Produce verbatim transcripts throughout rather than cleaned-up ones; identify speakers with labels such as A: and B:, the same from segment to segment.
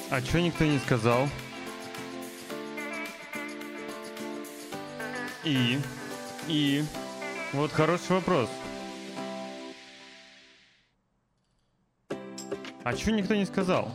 A: А чё никто не сказал? И? И? Вот хороший вопрос. А чё никто не сказал?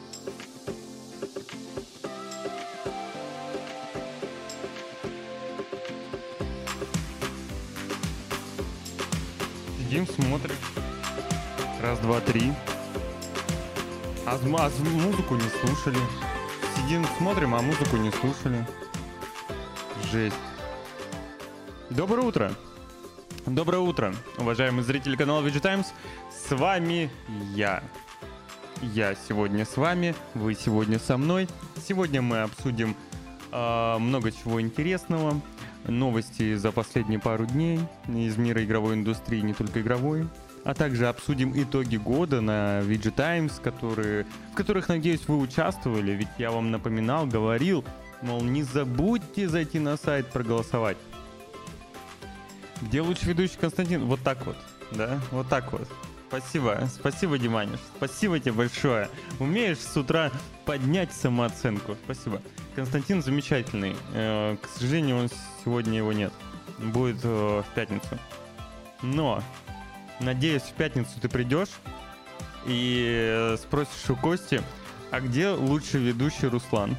A: Сидим, смотрим. Раз, два, три. А, а музыку не слушали. Сидим, смотрим, а музыку не слушали. Жесть. Доброе утро. Доброе утро, уважаемые зрители канала ви джи Times. С вами я. Я сегодня с вами, вы сегодня со мной. Сегодня мы обсудим э, много чего интересного. Новости за последние пару дней из мира игровой индустрии, не только игровой. А также обсудим итоги года на ви джи Times, которые, в которых, надеюсь, вы участвовали. Ведь я вам напоминал, говорил, мол, не забудьте зайти на сайт, проголосовать. Где лучший ведущий Константин? Вот так вот, да? Вот так вот. Спасибо, спасибо, Диманиш. Спасибо тебе большое. Умеешь с утра поднять самооценку. Спасибо. Константин замечательный. Э, к сожалению, он сегодня его нет. Будет э, в пятницу. Но, надеюсь, в пятницу ты придешь и спросишь у Кости, а где лучший ведущий Руслан?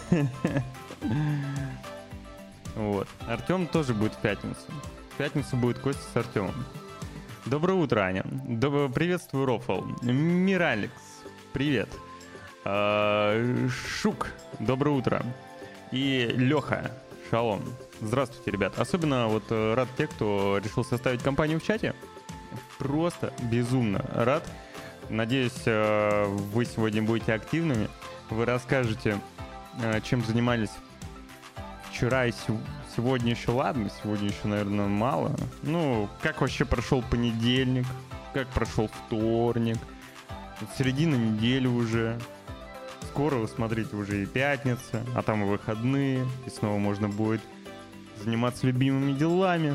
A: Вот. Артем тоже будет в пятницу. В пятницу будет Костя с Артемом. Доброе утро, Аня. Доброе... Приветствую, Рофл. Миралекс. Привет. А, Шук. Доброе утро. И Леха. Шалом. Здравствуйте, ребят. Особенно вот рад те, кто решил составить компанию в чате. Просто безумно рад. Надеюсь, вы сегодня будете активными. Вы расскажете, чем занимались вчера и сегодня еще ладно, сегодня еще, наверное, мало. Ну, как вообще прошел понедельник, как прошел вторник, вот середина недели уже. Скоро, вы смотрите, уже и пятница, а там и выходные, и снова можно будет заниматься любимыми делами.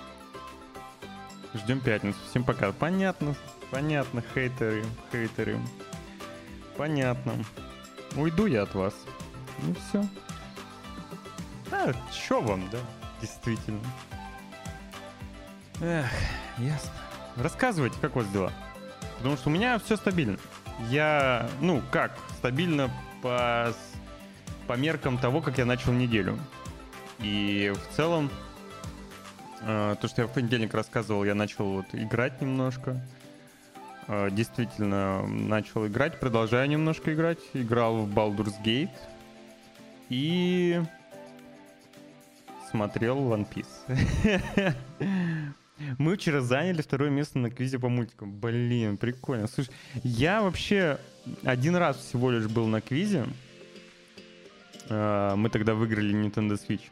A: Ждем пятницу. Всем пока. Понятно, понятно, хейтеры, хейтеры. Понятно. Уйду я от вас. Ну все. А, чё вам, да? Действительно. Эх, ясно. Рассказывайте, как у вас дела. Потому что у меня все стабильно. Я, ну, как, стабильно по, по меркам того, как я начал неделю. И в целом, э, то, что я в понедельник рассказывал, я начал вот играть немножко. Э, действительно, начал играть, продолжаю немножко играть. Играл в Baldur's Gate. И... смотрел One Piece. Мы вчера заняли второе место на квизе по мультикам. Блин, прикольно. Слушай, я вообще один раз всего лишь был на квизе. Мы тогда выиграли Nintendo Switch.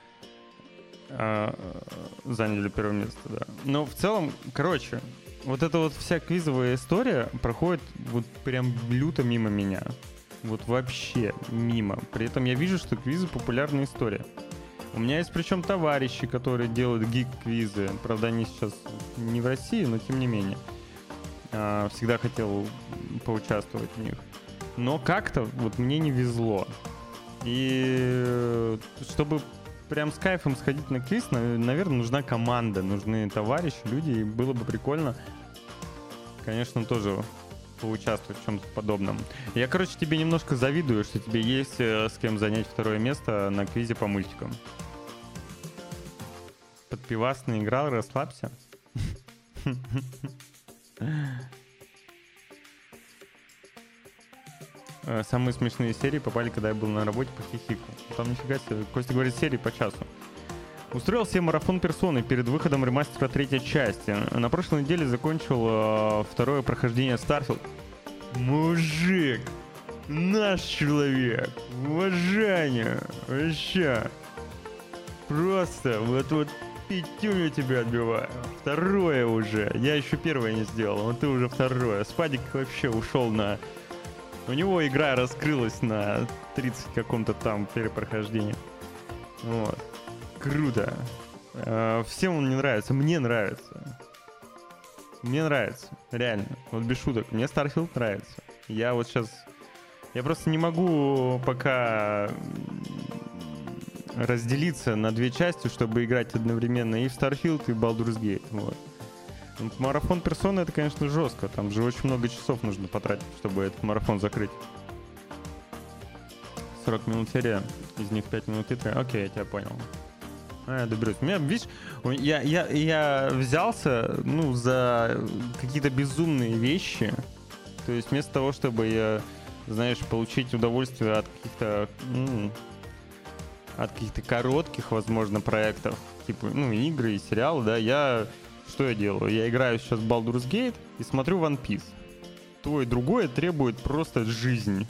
A: Заняли первое место, да. Но в целом, короче, вот эта вот вся квизовая история проходит вот прям люто мимо меня. Вот вообще мимо. При этом я вижу, что квизы — популярная история. У меня есть причем товарищи, которые делают гик-квизы. Правда, они сейчас не в России, но тем не менее. Всегда хотел поучаствовать в них. Но как-то вот мне не везло. И чтобы прям с кайфом сходить на квиз, наверное, нужна команда, нужны товарищи, люди. И было бы прикольно, конечно, тоже поучаствовать в чем-то подобном. Я, короче, тебе немножко завидую, что тебе есть с кем занять второе место на квизе по мультикам. Под пивас наиграл, расслабься. Самые смешные серии попали, когда я был на работе по хихику. Там нифига себе. Костя говорит, серии по часу. Устроил себе марафон персоны перед выходом ремастера третьей части. На прошлой неделе закончил э, второе прохождение Starfield. Мужик! Наш человек! Уважение! Вообще! Просто вот вот пятюню тебя отбиваю. Второе уже. Я еще первое не сделал, а ты уже второе. Спадик вообще ушел на... У него игра раскрылась на тридцать каком-то там перепрохождении. Вот. Круто. Всем он не нравится. Мне нравится. Мне нравится. Реально. Вот без шуток. Мне Starfield нравится. Я вот сейчас Я просто не могу пока разделиться на две части, чтобы играть одновременно и в Starfield, и в Baldur's Gate. Вот. Марафон персоны — это, конечно, жестко. Там же очень много часов нужно потратить, чтобы этот марафон закрыть. сорок минут серия, из них пять минут игры. Окей, я тебя понял. А, я доберусь. У меня, видишь, я, я, я взялся, ну, за какие-то безумные вещи. То есть вместо того, чтобы я, знаешь, получить удовольствие от каких-то, ну, от каких-то коротких, возможно, проектов, типа, ну, игры и сериалы, да, я... Что я делаю? Я играю сейчас в Baldur's Gate и смотрю One Piece. То и другое требует просто жизни.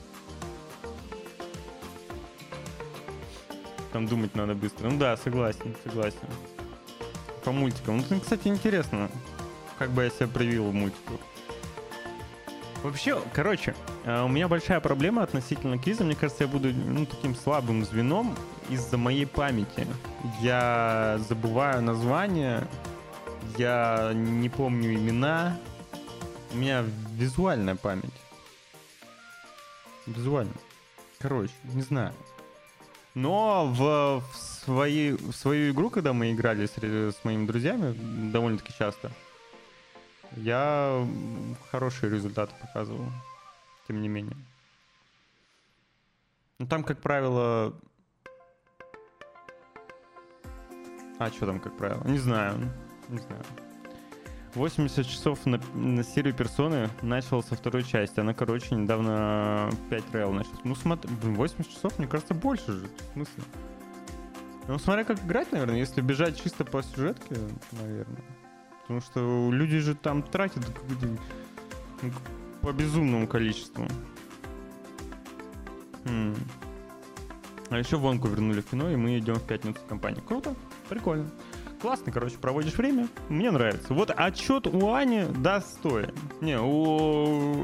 A: Там думать надо быстро. Ну да, согласен, согласен. По мультикам. Ну, кстати, интересно, как бы я себя проявил в мультиках. Вообще, короче, у меня большая проблема относительно квиза. Мне кажется, я буду, ну, таким слабым звеном из-за моей памяти. Я забываю названия. Я не помню имена. У меня визуальная память. Визуально. Короче, не знаю. Но в, в, свои, в свою игру, когда мы играли с, с моими друзьями, довольно-таки часто, я хорошие результаты показывал. Тем не менее. Ну там, как правило... А что там, как правило? Не знаю. Не знаю. восемьдесят часов на, на серию персоны начал со второй части. Она, короче, недавно пять реал начал. Ну, смотри, восемьдесят часов, мне кажется, больше же. В смысле? Ну, смотря как играть, наверное. Если бежать чисто по сюжетке, наверное. Потому что люди же там тратят ну, по безумному количеству. М-м. А еще Вонку вернули в кино, и мы идем в пятницу в компании. Круто, прикольно. Классно, короче, проводишь время. Мне нравится. Вот отчет у Ани достоин. Не, у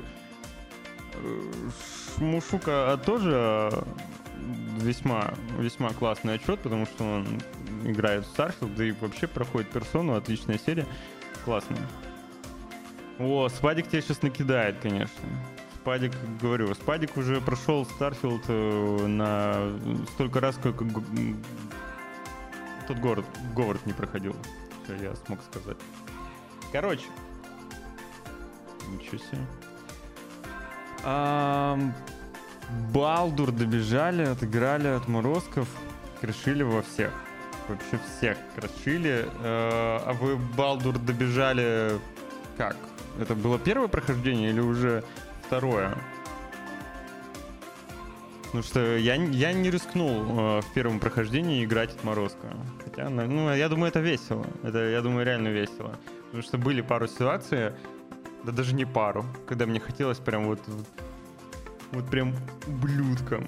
A: Мушука тоже весьма, весьма классный отчет, потому что он играет в Starfield, да и вообще проходит персону. Отличная серия. Классно. О, Спадик тебя сейчас накидает, конечно. Спадик, говорю, Спадик уже прошел Starfield на столько раз, сколько... Тот город, Говард не проходил. Все, я смог сказать. Короче. Ничего себе. А, Балдур добежали, отыграли отморозков. Крошили во всех. Вообще всех крошили. А, а вы Балдур добежали как? Это было первое прохождение или уже второе? Потому что я, я не рискнул э, в первом прохождении играть отморозка. Хотя, ну, я думаю, это весело. Это, я думаю, реально весело. Потому что были пару ситуаций, да даже не пару, когда мне хотелось прям вот, вот, вот прям ублюдком.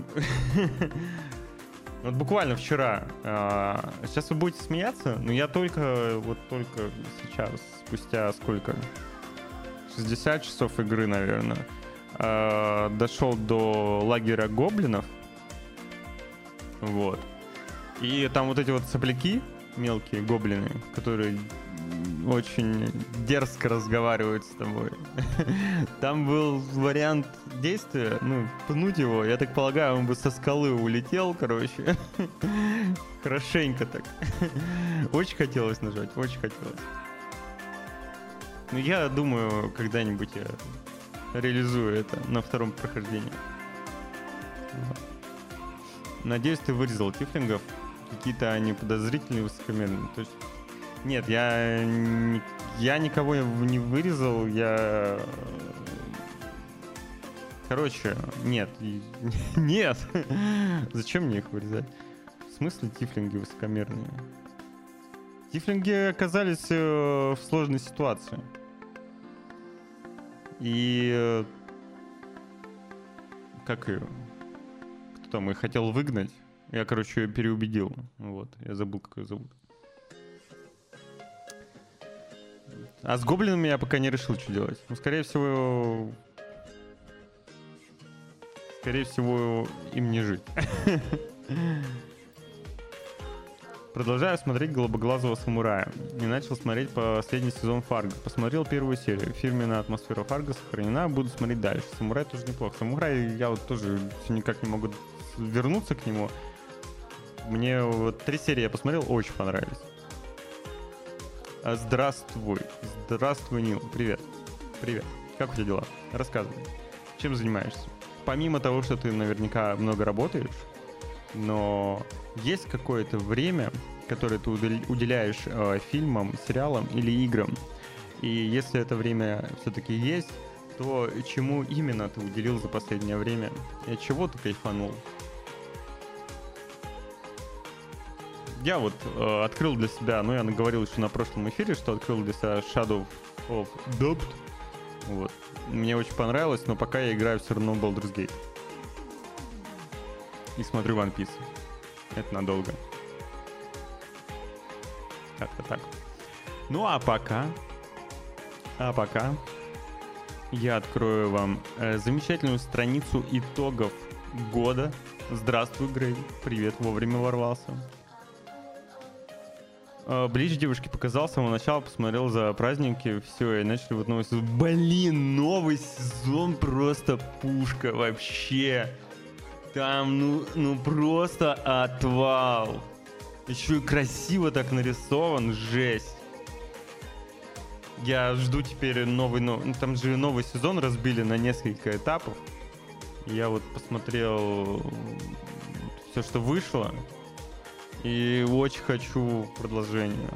A: Вот буквально вчера. Сейчас вы будете смеяться, но я только, вот только сейчас, спустя сколько? шестьдесят часов игры, наверное. Uh, дошел до лагеря гоблинов. Вот. И там вот эти вот сопляки, мелкие гоблины, которые очень дерзко разговаривают с тобой. Там был вариант действия, ну, пнуть его. Я так полагаю, он бы со скалы улетел, короче. Хорошенько так. Очень хотелось нажать, очень хотелось. Ну, я думаю, когда-нибудь я реализую это на втором прохождении. Надеюсь, ты вырезал тифлингов. Какие-то они подозрительные, высокомерные. То есть... Нет, я, я никого не вырезал. Я... Короче, нет. Нет. Зачем мне их вырезать? В смысле тифлинги высокомерные? Тифлинги оказались в сложной ситуации. И как ее? Кто там их хотел выгнать? Я, короче, ее переубедил. Вот, я забыл, как ее зовут. А с гоблинами я пока не решил, что делать. Ну, скорее всего... Скорее всего, им не жить. Продолжаю смотреть «Голубоглазого самурая». И начал смотреть последний сезон «Фарго». Посмотрел первую серию. Фирменная атмосфера «Фарго» сохранена. Буду смотреть дальше. «Самурай» тоже неплохо. «Самурай» я вот тоже все никак не могу вернуться к нему. Мне вот три серии я посмотрел, очень понравились. Здравствуй. Здравствуй, Нил. Привет. Привет. Как у тебя дела? Рассказывай. Чем занимаешься? Помимо того, что ты наверняка много работаешь, но есть какое-то время, которое ты уделяешь э, фильмам, сериалам или играм. И если это время все-таки есть, то чему именно ты уделил за последнее время? И от чего ты кайфанул? Я вот э, открыл для себя, ну я говорил еще на прошлом эфире, что открыл для себя Shadow of Doubt. Вот. Мне очень понравилось, но пока я играю все равно в Baldur's Gate. И смотрю One Piece. Это надолго. Как-то так. Ну а пока... А пока... Я открою вам э, замечательную страницу итогов года. Здравствуй, Грей. Привет, вовремя ворвался. Блич девушке показал с самого начала, посмотрел за праздники, все, и начали вот новый сезон. Блин, новый сезон просто пушка вообще. Там, ну, ну просто отвал. Еще и красиво так нарисован, жесть. Я жду теперь новый, ну, там же новый сезон разбили на несколько этапов. Я вот посмотрел все, что вышло. И очень хочу продолжение.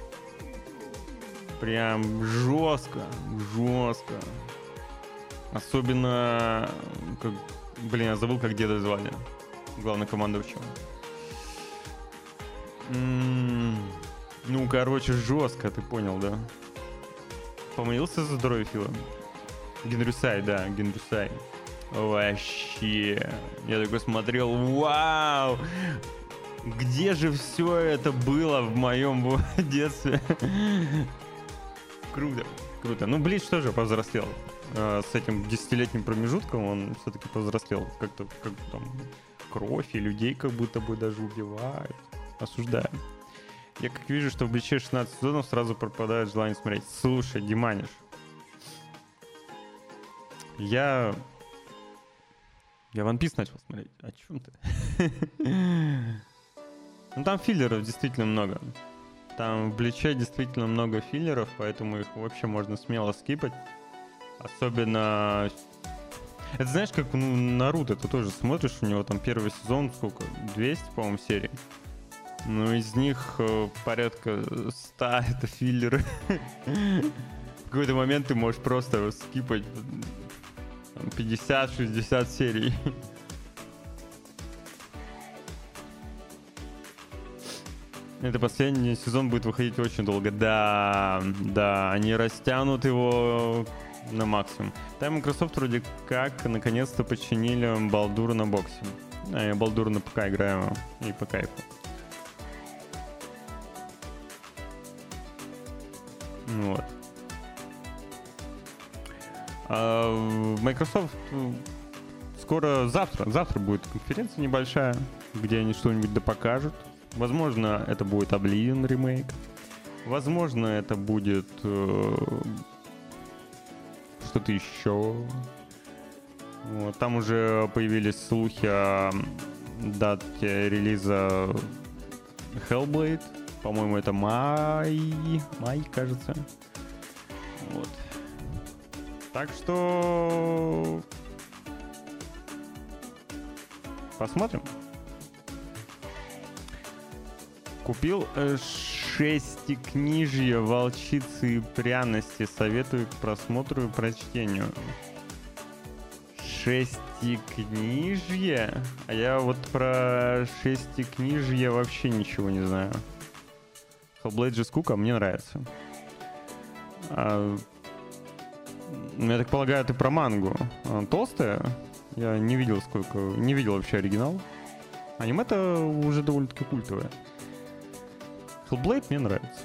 A: Прям жестко, жестко. Особенно, как, блин, я забыл, как деда звали. Главнокомандующего. М-м-м, ну, короче, жестко, ты понял, да? Помолился за здоровье Фила? Генрюсай, да, Генрюсай. Вообще. Я такой смотрел, вау! Где же все это было в моем детстве? Круто, круто. Ну, Блич тоже повзрослел. С этим десятилетним промежутком он все-таки повзрослел. Как-то как там кровь и людей как будто бы даже убивают. Осуждаю. Я как вижу, что в Бличе шестнадцать сезонов сразу пропадает желание смотреть. Слушай, Диманиш. Я... Я One Piece начал смотреть. О чем ты? Ну там филлеров действительно много. Там в Бличе действительно много филлеров, поэтому их вообще можно смело скипать. Особенно... Это знаешь, как ну, Наруто, ты тоже смотришь, у него там первый сезон, сколько? двести, по-моему, серий. Ну из них э, порядка ста это филлеры. В какой-то момент ты можешь просто скипать пятьдесят-шестьдесят серий. Это последний сезон будет выходить очень долго. Да, да, они растянут его на максимум. Там Microsoft вроде как наконец-то починили Балдура на боксе. А я Балдура на ПК играю и по кайфу. Вот. А Microsoft скоро, завтра, завтра будет конференция небольшая, где они что-нибудь допокажут. Возможно, это будет Oblivion ремейк. Возможно, это будет э, что-то еще. Вот, там уже появились слухи о дате релиза Hellblade. По-моему, это май. Май, кажется. Вот. Так что... Посмотрим. Купил э, шестикнижье «Волчицы и пряности». Советую к просмотру и прочтению. Шестикнижье? А я вот про шестикнижье вообще ничего не знаю. Hellblade же скука, мне нравится. А, я так полагаю, ты про мангу. Она толстая? Я не видел сколько... Не видел вообще оригинал. Аниме-то уже довольно-таки культовое. Hellblade мне нравится.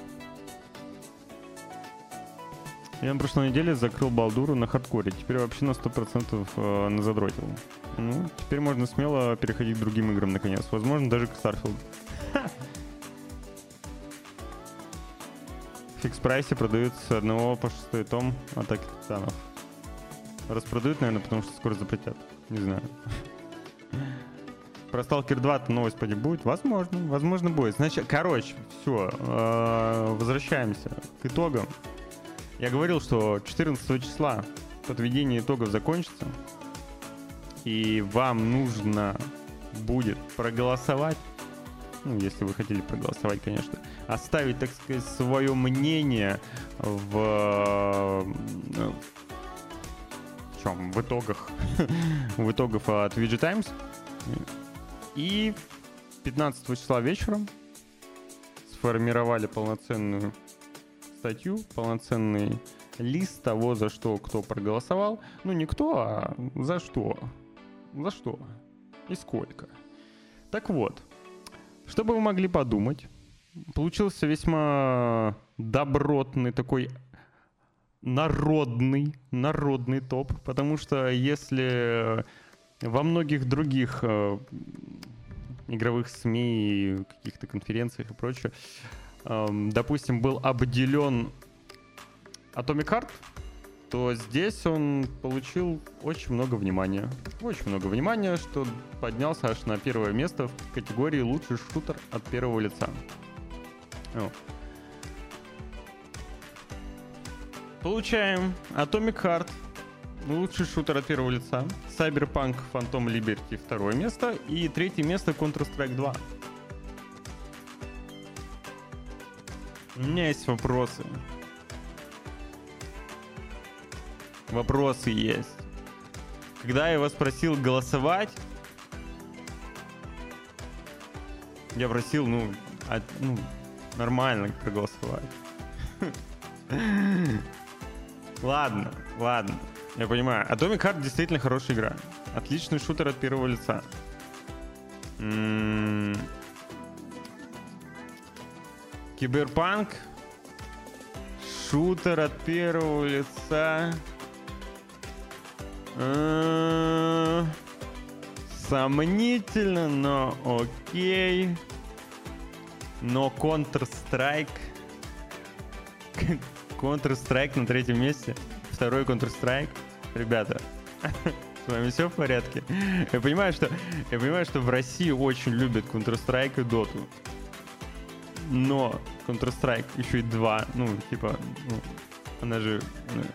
A: Я на прошлой неделе закрыл Балдуру на хардкоре. Теперь вообще на сто процентов э, назадротил. Ну, теперь можно смело переходить к другим играм наконец. Возможно, даже к Starfield. в фикс-прайсе продают с одного по шестой том Атаки Титанов. Распродают, наверное, потому что скоро запретят. Не знаю. Про Сталкер два-то новость поди будет? Возможно, возможно будет. Значит, короче, все. Возвращаемся к итогам. Я говорил, что четырнадцатого числа подведение итогов закончится. И вам нужно будет проголосовать. Ну, если вы хотели проголосовать, конечно. Оставить, так сказать, свое мнение в... В чем? В итогах. В итогах от ви джи Times. И пятнадцатого числа вечером сформировали полноценную статью, полноценный лист того, за что кто проголосовал. Ну, не кто, а за что. За что и сколько. Так вот, чтобы вы могли подумать, получился весьма добротный такой народный, народный топ, потому что если во многих других э, игровых СМИ, каких-то конференциях и прочее, э, допустим, был обделен Atomic Heart, то здесь он получил очень много внимания. Очень много внимания, что поднялся аж на первое место в категории «Лучший шутер от первого лица». О. Получаем Atomic Heart, лучший шутер от первого лица, Cyberpunk Phantom Liberty второе место и третье место Counter-Strike два. У меня есть вопросы. Вопросы есть. Когда я вас просил голосовать, я просил, ну, от, ну нормально проголосовать. Ладно, ладно. Я понимаю. Atomic Heart действительно хорошая игра. Отличный шутер от первого лица. М-м- Киберпанк. Шутер от первого лица. М-м- Сомнительно, но окей. Но Counter-Strike. Counter-Strike на третьем месте. Второй Counter-Strike. Ребята, с вами все в порядке? Я понимаю, что, я понимаю, что в России очень любят Counter-Strike и Dota. Но Counter-Strike еще и два. Ну, типа, ну, она же... Ну,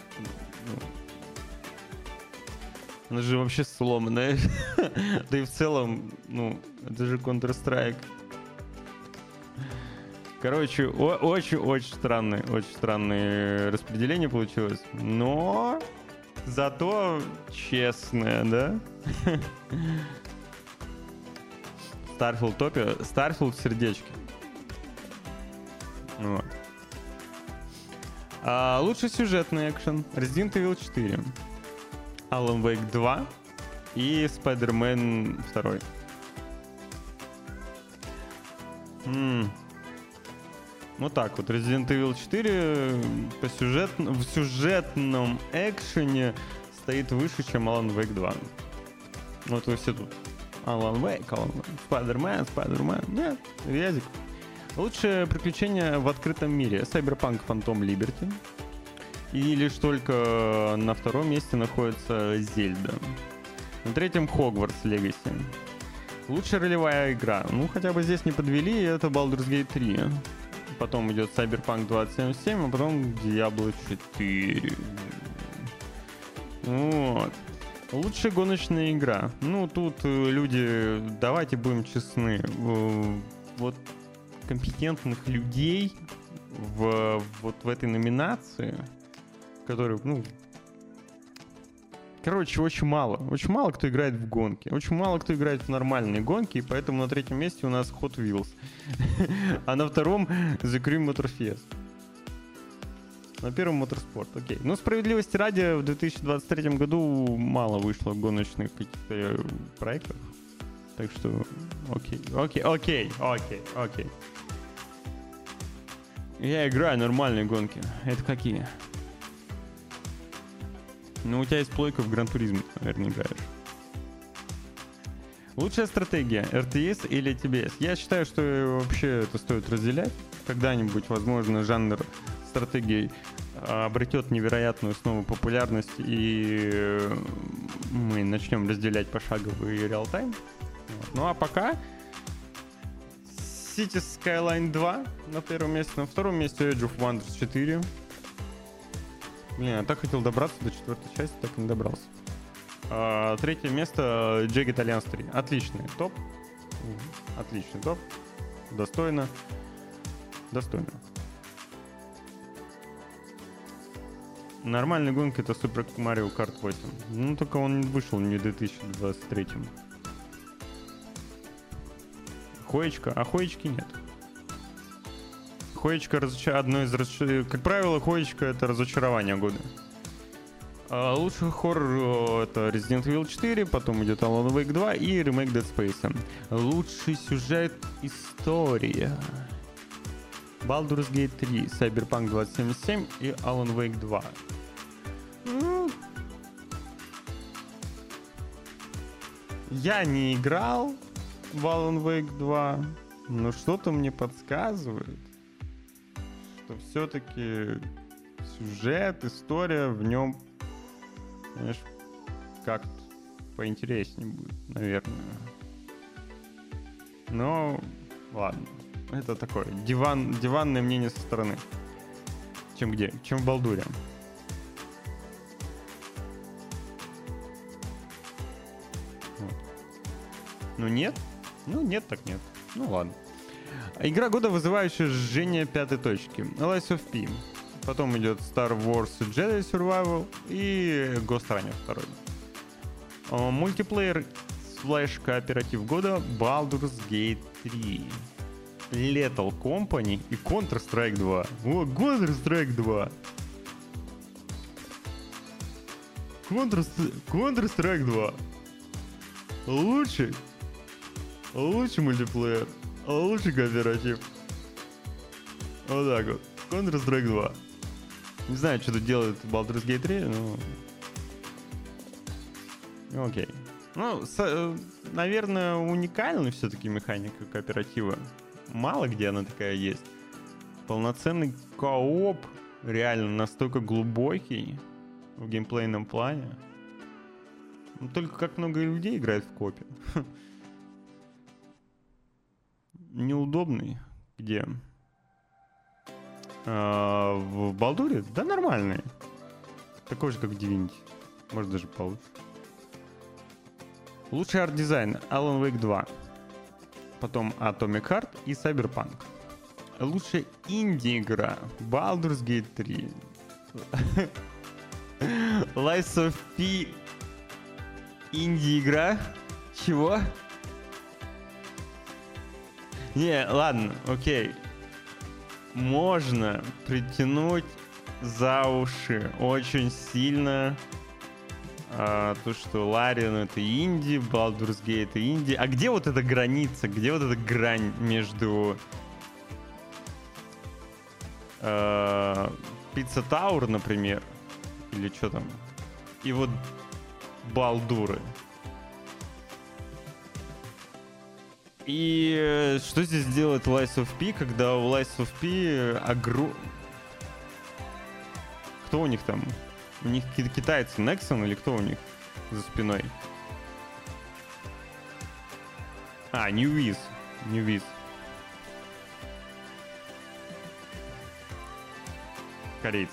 A: она же вообще сломанная. Да и в целом, ну, это же Counter-Strike. Короче, очень-очень странное, очень странное распределение получилось. Но зато честное, да? Starfield в топе. Starfield в сердечке. Вот. А, лучший сюжетный экшен. Resident Evil четыре. Alan Wake два. И Spider-Man два. М-м. Вот так вот, Resident Evil четыре по сюжет... в сюжетном экшене стоит выше, чем Alan Wake два. Вот вы все тут. Alan Wake, Alan Wake, Spider-Man, Spider-Man. Нет, вязик. Лучшее приключение в открытом мире. Cyberpunk Phantom Liberty. И лишь только на втором месте находится Зельда. На третьем Hogwarts Legacy. Лучшая ролевая игра. Ну, хотя бы здесь не подвели, это Baldur's Gate три. Потом идет Cyberpunk двадцать семьдесят семь, а потом Diablo четыре. Вот. Лучшая гоночная игра. Ну, тут люди, давайте будем честны, вот компетентных людей в, вот в этой номинации, которые, ну, короче, очень мало. Очень мало кто играет в гонки. Очень мало кто играет в нормальные гонки, и поэтому на третьем месте у нас Hot Wheels. А на втором The Crew Motorfest. На первом Motorsport, окей. Но справедливости ради, в две тысячи двадцать третьем году мало вышло гоночных каких-то проектов. Так что, окей, окей, окей, окей, окей. Я играю нормальные гонки. Это какие? Ну, у тебя есть плойка в Гран Туризме, наверное, играешь. Лучшая стратегия, эр ти эс или ти би эс? Я считаю, что вообще это стоит разделять. Когда-нибудь, возможно, жанр стратегией обретет невероятную снова популярность, и мы начнем разделять пошаговый реал-тайм. Вот. Ну а пока Cities Skyline два на первом месте, на втором месте Age of Wonders четыре. Блин, я так хотел добраться до четвертой части, так и не добрался. А, третье место Jagged Alliance три. Отличный топ. Отличный топ. Достойно. Достойно. Нормальная гонка — это Super Mario Kart восемь. Ну, только он вышел не в две тысячи двадцать третьем. Хоечка? А хоечки нет. Хоечка разоч... одно из разоч... Как правило, хоечка — это разочарование года. А лучший хоррор — это Resident Evil четыре, потом идет Alan Wake два и ремейк Dead Space. Лучший сюжет — история. Baldur's Gate три, Cyberpunk двадцать семьдесят семь и Alan Wake два. Я не играл в Alan Wake два, но что-то мне подсказывает, что все-таки сюжет, история в нем, знаешь, как-то поинтереснее будет, наверное. Но ладно, это такое диван, диванное мнение со стороны. Чем где? Чем в Балдуре. Вот. Ну нет? Ну нет, так нет. Ну ладно. Игра года, вызывающая жжение пятой точки. Lies of P. Потом идет Star Wars Jedi Survival и Ghost Runner два. Мультиплеер слэш кооператив года Baldur's Gate три. Lethal Company и Counter-Strike два. О, Counter-Strike два. Counter-Strike два. Лучший. Лучший мультиплеер. Лучший кооператив. Вот так вот. Counter-Strike два. Не знаю, что тут делает Baldur's Gate три, но... Окей. Ну, с, наверное, уникальна все-таки механика кооператива. Мало где она такая есть. Полноценный кооп реально настолько глубокий в геймплейном плане. Ну, только как много людей играет в коопе. Неудобный. Где? А, в Балдуре? Да нормальный. Такой же, как в Divinity. Может, даже получше. Лучший арт-дизайн Alan Wake два. Потом Atomic Heart и Cyberpunk. Лучшая инди-игра Baldur's Gate три. Lies of P. Инди-игра? Чего? Не, ладно, окей. Можно притянуть за уши очень сильно а, то, что Лариан — это инди, Baldur's Gate — это инди. А где вот эта граница? Где вот эта грань между а, Pizza Tower, например, или что там, и вот Балдуры? И что здесь делает Lies of P, когда у Lies of P огром... Кто у них там? У них какие-то китайцы, Nexon или кто у них за спиной? А, New Viz. New Viz. Корейцы.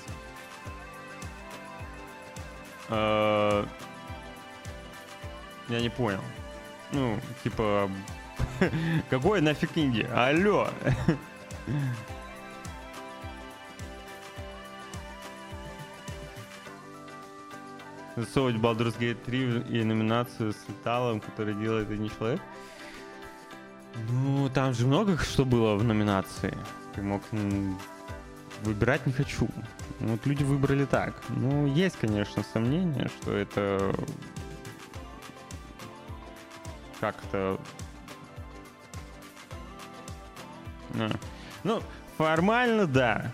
A: Uh, я не понял. Ну, типа... Какой нафиг инди? Алло! Засовывать Baldur's Gate три и номинацию с металлом, который делает один человек. Ну, там же много что было в номинации. Ты мог... м, выбирать не хочу. Вот люди выбрали так. Ну, есть, конечно, сомнение, что это... как-то... А. Ну, формально, да.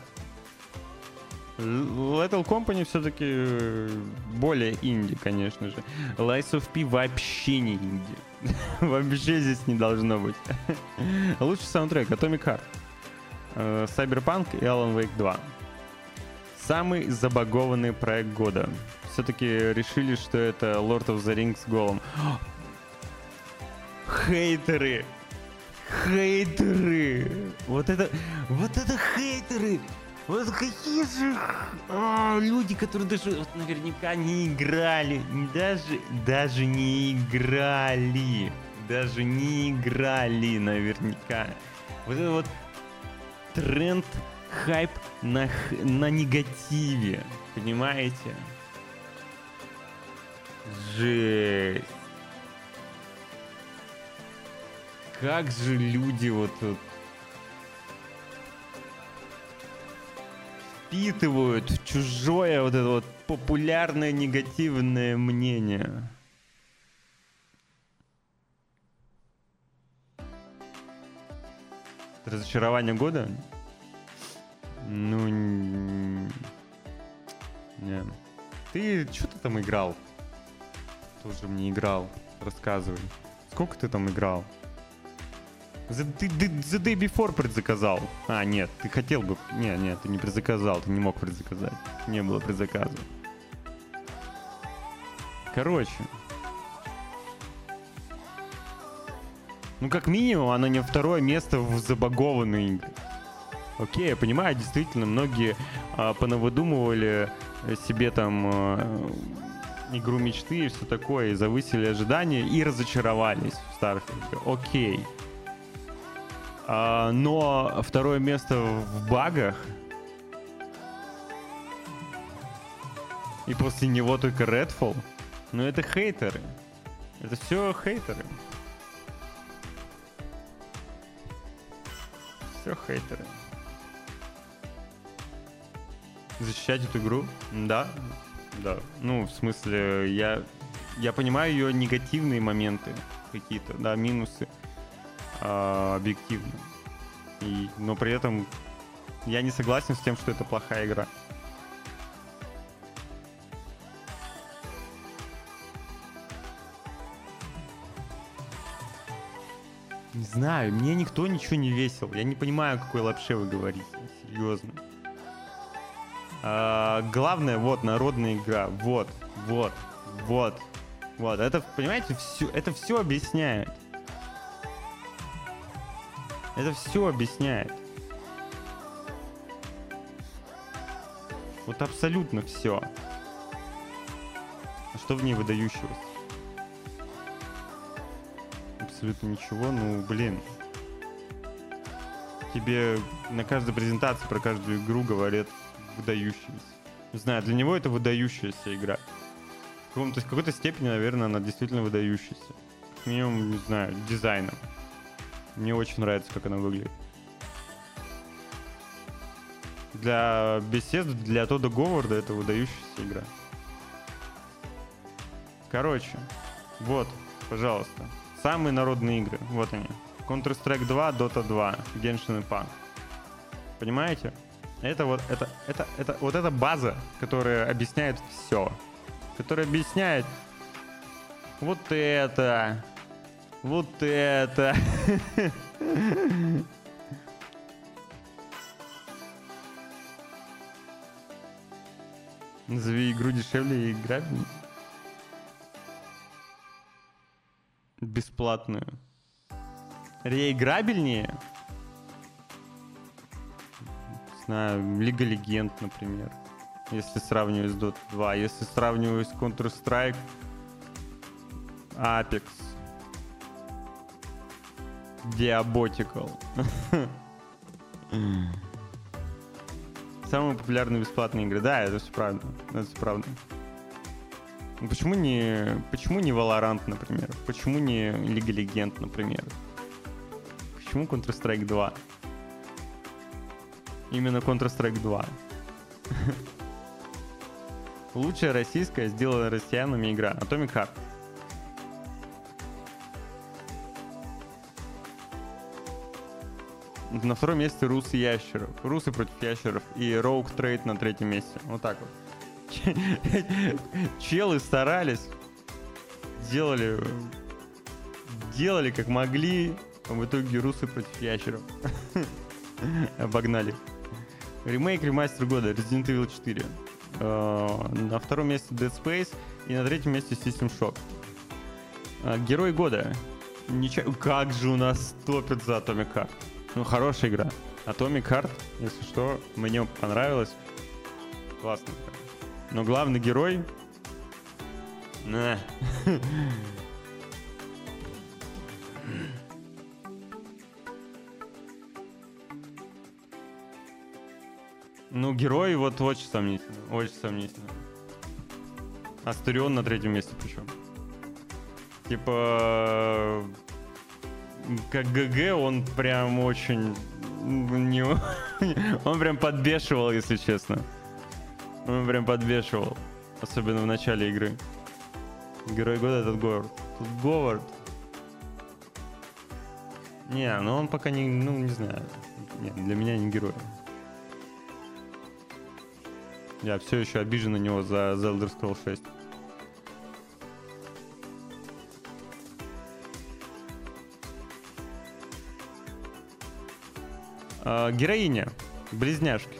A: Lethal Company все-таки более инди, конечно же. Lies of P вообще не инди. Вообще здесь не должно быть. Лучший саундтрек Atomic Heart, Cyberpunk и Alan Wake два. Самый забагованный проект года. Все-таки решили, что это Lord of the Rings голым. Хейтеры! Хейтеры! Вот это... Вот это хейтеры! Вот какие же а, люди, которые даже вот, наверняка не играли. Даже, даже не играли. Даже не играли наверняка. Вот это вот тренд, хайп на, на негативе. Понимаете? Жесть. Как же люди вот, вот впитывают в чужое вот это вот популярное негативное мнение. Разочарование года? Ну, не. Ты что ты там играл? Тоже мне играл. Рассказывай. Сколько ты там играл? The, ты The Day Before предзаказал. А, нет, ты хотел бы... Не, нет, ты не предзаказал, ты не мог предзаказать. Не было предзаказа. Короче. Ну, как минимум, она не второе место в забагованной игре. Окей, я понимаю, действительно, многие а, понавыдумывали себе там а, игру мечты и все такое, и завысили ожидания, и разочаровались в Starfield. Окей. А, но второе место в багах, и после него только Redfall, ну это хейтеры. Это все хейтеры. Все хейтеры. Защищать эту игру? Да. Да. Ну, в смысле, я, я понимаю ее негативные моменты какие-то, да, минусы. А, объективно. И, но при этом я не согласен с тем, что это плохая игра. Не знаю, мне никто ничего не весил. Я не понимаю, о какой лапше вы говорите. Серьезно. А, главное, вот, народная игра. Вот, вот, вот. Вот, это, понимаете, все, это все объясняет. Это все объясняет. Вот абсолютно все. А что в ней выдающегося? Абсолютно ничего. Ну, блин. Тебе на каждой презентации про каждую игру говорят выдающиеся. Не знаю, для него это выдающаяся игра. В каком-то, в какой-то степени, наверное, она действительно выдающаяся. Как минимум, не знаю, дизайном. Мне очень нравится, как она выглядит. Для Bethesda, для Тодда Говарда это выдающаяся игра. Короче, вот, пожалуйста. Самые народные игры. Вот они. Counter-Strike два, Dota два, Genshin Impact. Понимаете? Это вот, это, это, это, вот эта база, которая объясняет все. Которая объясняет вот это... Вот это. Назови игру дешевле и играбельнее. Бесплатную. Реиграбельнее? Не знаю, Лига Легенд, например. Если сравнивать с Dota два. Если сравнивать с Counter-Strike, Apex. Diabotical. Самые популярные бесплатные игры. Да, это все правда. Это все правда. Почему не, почему не Valorant, например? Почему не Лига Легенд, например? Почему Counter-Strike два? Именно Counter-Strike два. Лучшая российская, сделанная россиянами игра. Atomic Heart. На втором месте Русы и Ящеров. Русы против Ящеров. И Rogue Trade на третьем месте. Вот так вот. Челы старались. Делали... Делали как могли. А в итоге Русы против Ящеров. Обогнали. Ремейк, ремастер года Resident Evil четыре. Uh, на втором месте Dead Space и на третьем месте System Shock. Uh, герой года. Ничего... Как же у нас топят за Atomic Heart. Ну, хорошая игра. Atomic Heart, если что, мне понравилось. Классно. Но главный герой... На. Ну, герой вот очень сомнительно. Очень сомнительно. Астерион на третьем месте причем. Типа... Как ГГ он прям очень... Не... Он прям подбешивал, если честно. Он прям подбешивал. Особенно в начале игры. Герой года этот Говард. Тут Говард. Не, ну он пока не... Ну, не знаю. Нет, для меня не герой. Я все еще обижен на него за The Elder Scrolls шесть. А, героиня. Близняшки.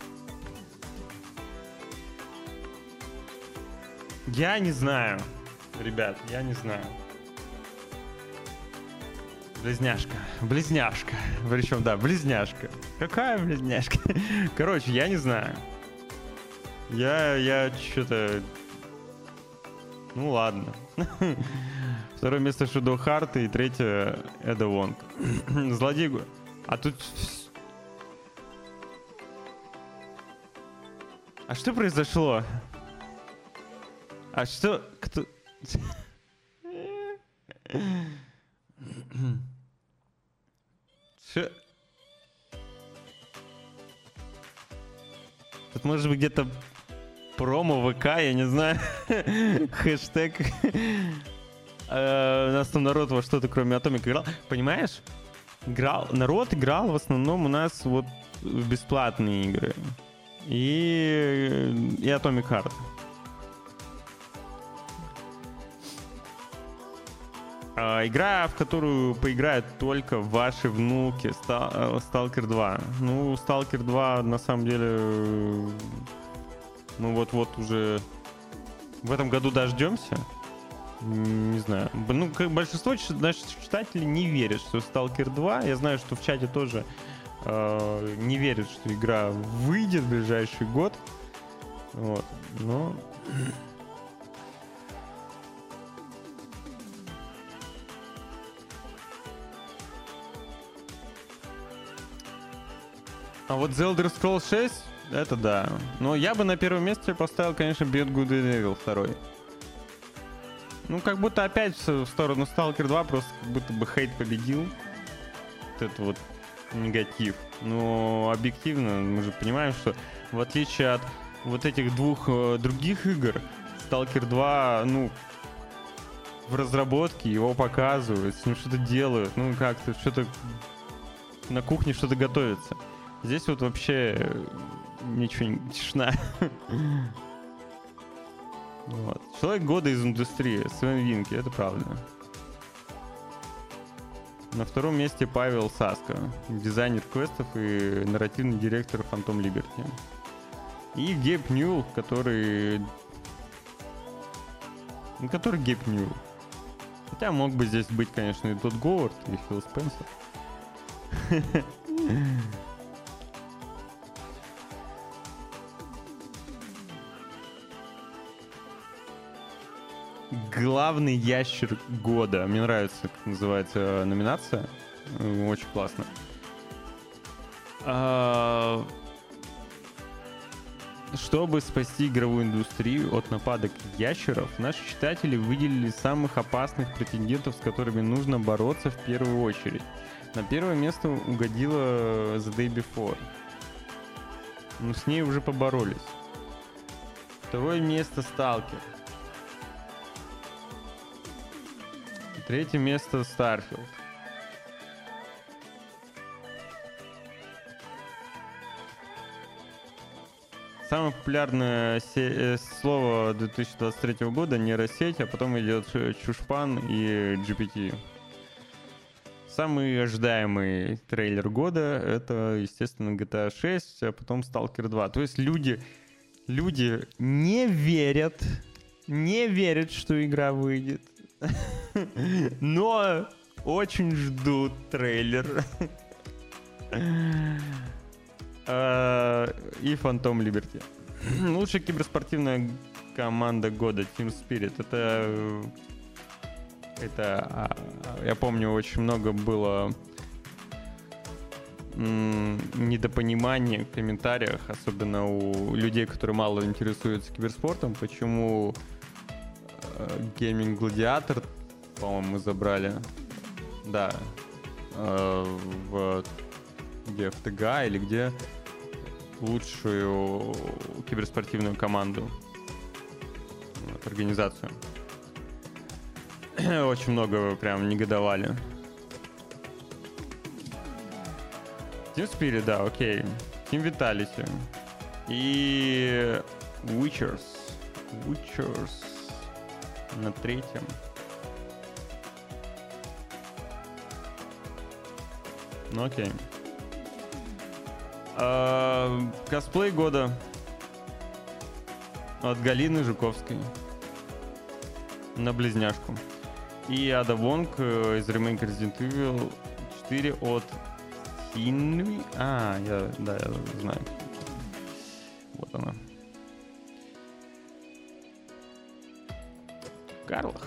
A: Я не знаю. Ребят, я не знаю. Близняшка. Близняшка. Причем, да, близняшка. Какая близняшка? Короче, я не знаю. Я, я что-то... Ну ладно. Второе место Shadow Heart и третье Эда Вонг. Злодей... А тут... А что произошло? А что... Кто... Что... Тут может быть где-то промо ВК, я не знаю. Хэштег. У нас там народ во что-то кроме Atomic играл. Понимаешь? Играл, народ играл в основном у нас вот в бесплатные игры. И, и Atomic Heart. А, игра, в которую поиграют только ваши внуки. Stalker два. Ну, Stalker два на самом деле... Мы вот-вот уже в этом году дождемся. Не знаю. Ну, как большинство наших читателей не верят, что Stalker два. Я знаю, что в чате тоже э, не верят, что игра выйдет в ближайший год. Вот. Но... А вот The Elder Scrolls шесть, это да. Но я бы на первом месте поставил, конечно, Beyond Good and Evil два. Ну, как будто опять в сторону Stalker два, просто как будто бы хейт победил. Вот это вот негатив. Но объективно мы же понимаем, что в отличие от вот этих двух э, других игр, Stalker два, ну, в разработке его показывают, с ним что-то делают, ну, как-то что-то на кухне что-то готовится. Здесь вот вообще ничего не... Тишина. Вот. Человек года из индустрии. Свен Винки, это правда. На втором месте Павел Саска. Дизайнер квестов и нарративный директор Phantom Liberty. И Гейб Ньюэлл, который... Ну, который Гейб Ньюэлл. Хотя мог бы здесь быть, конечно, и Тодд Говард, и Фил Спенсер. Главный ящер года. Мне нравится, как называется номинация. Очень классно. А... Чтобы спасти игровую индустрию от нападок ящеров, наши читатели выделили самых опасных претендентов, с которыми нужно бороться в первую очередь. На первое место угодила The Day Before. Но с ней уже поборолись. Второе место Stalker. Третье место Starfield. Самое популярное се- слово две тысячи двадцать третьего года — нейросеть, а потом идет Чушпан и джи пи ти. Самый ожидаемый трейлер года — это, естественно, джи ти эй шесть, а потом Stalker два. То есть люди, люди не верят, не верят, что игра выйдет, но очень ждут трейлер. И Phantom Liberty. Лучшая киберспортивная команда года Team Spirit. Это... Это, я помню, очень много было м, недопонимания в комментариях, особенно у людей, которые мало интересуются киберспортом, почему э, Gaming Gladiator, по-моему, мы забрали, да, э, в, где, в ТГ или где, лучшую киберспортивную команду, вот, организацию. Очень много прям негодовали. Team Spirit, да, окей. Team Vitality. И Witchers. Witchers на третьем. Ну окей. А, косплей года от Галины Жуковской на близняшку. И Ада Вонг из ремейка Resident Evil четыре от Тинви. А, я, да, я знаю. Вот она. Карлах.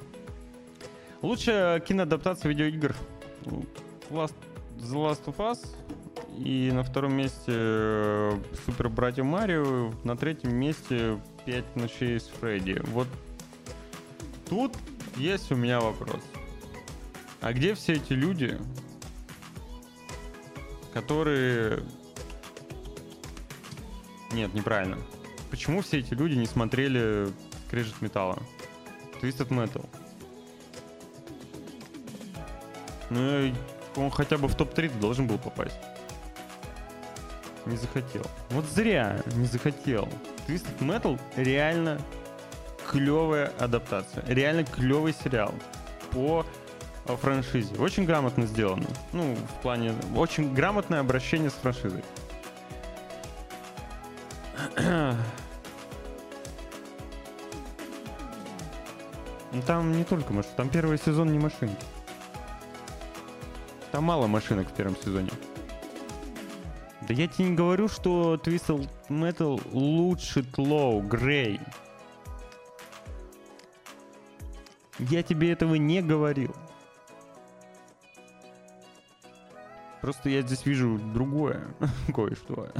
A: Лучшая киноадаптация видеоигр. Last, The Last of Us. И на втором месте Супер Братья Марио. На третьем месте Пять ночей с Фредди. Вот тут есть у меня вопрос. А где все эти люди, которые... Нет, неправильно. Почему все эти люди не смотрели Скрежет металла? Twisted Metal. Ну, он хотя бы в топ три должен был попасть. Не захотел. Вот зря не захотел. Twisted Metal реально клевая адаптация. Реально клевый сериал по франшизе. Очень грамотно сделано. Ну, в плане... Очень грамотное обращение с франшизой. Ну, там не только машины. Там первый сезон не машинки. Там мало машинок в первом сезоне. Да я тебе не говорю, что Twisted Metal лучше Тлоу, Грей. Я тебе этого не говорил. Просто я здесь вижу другое кое-что.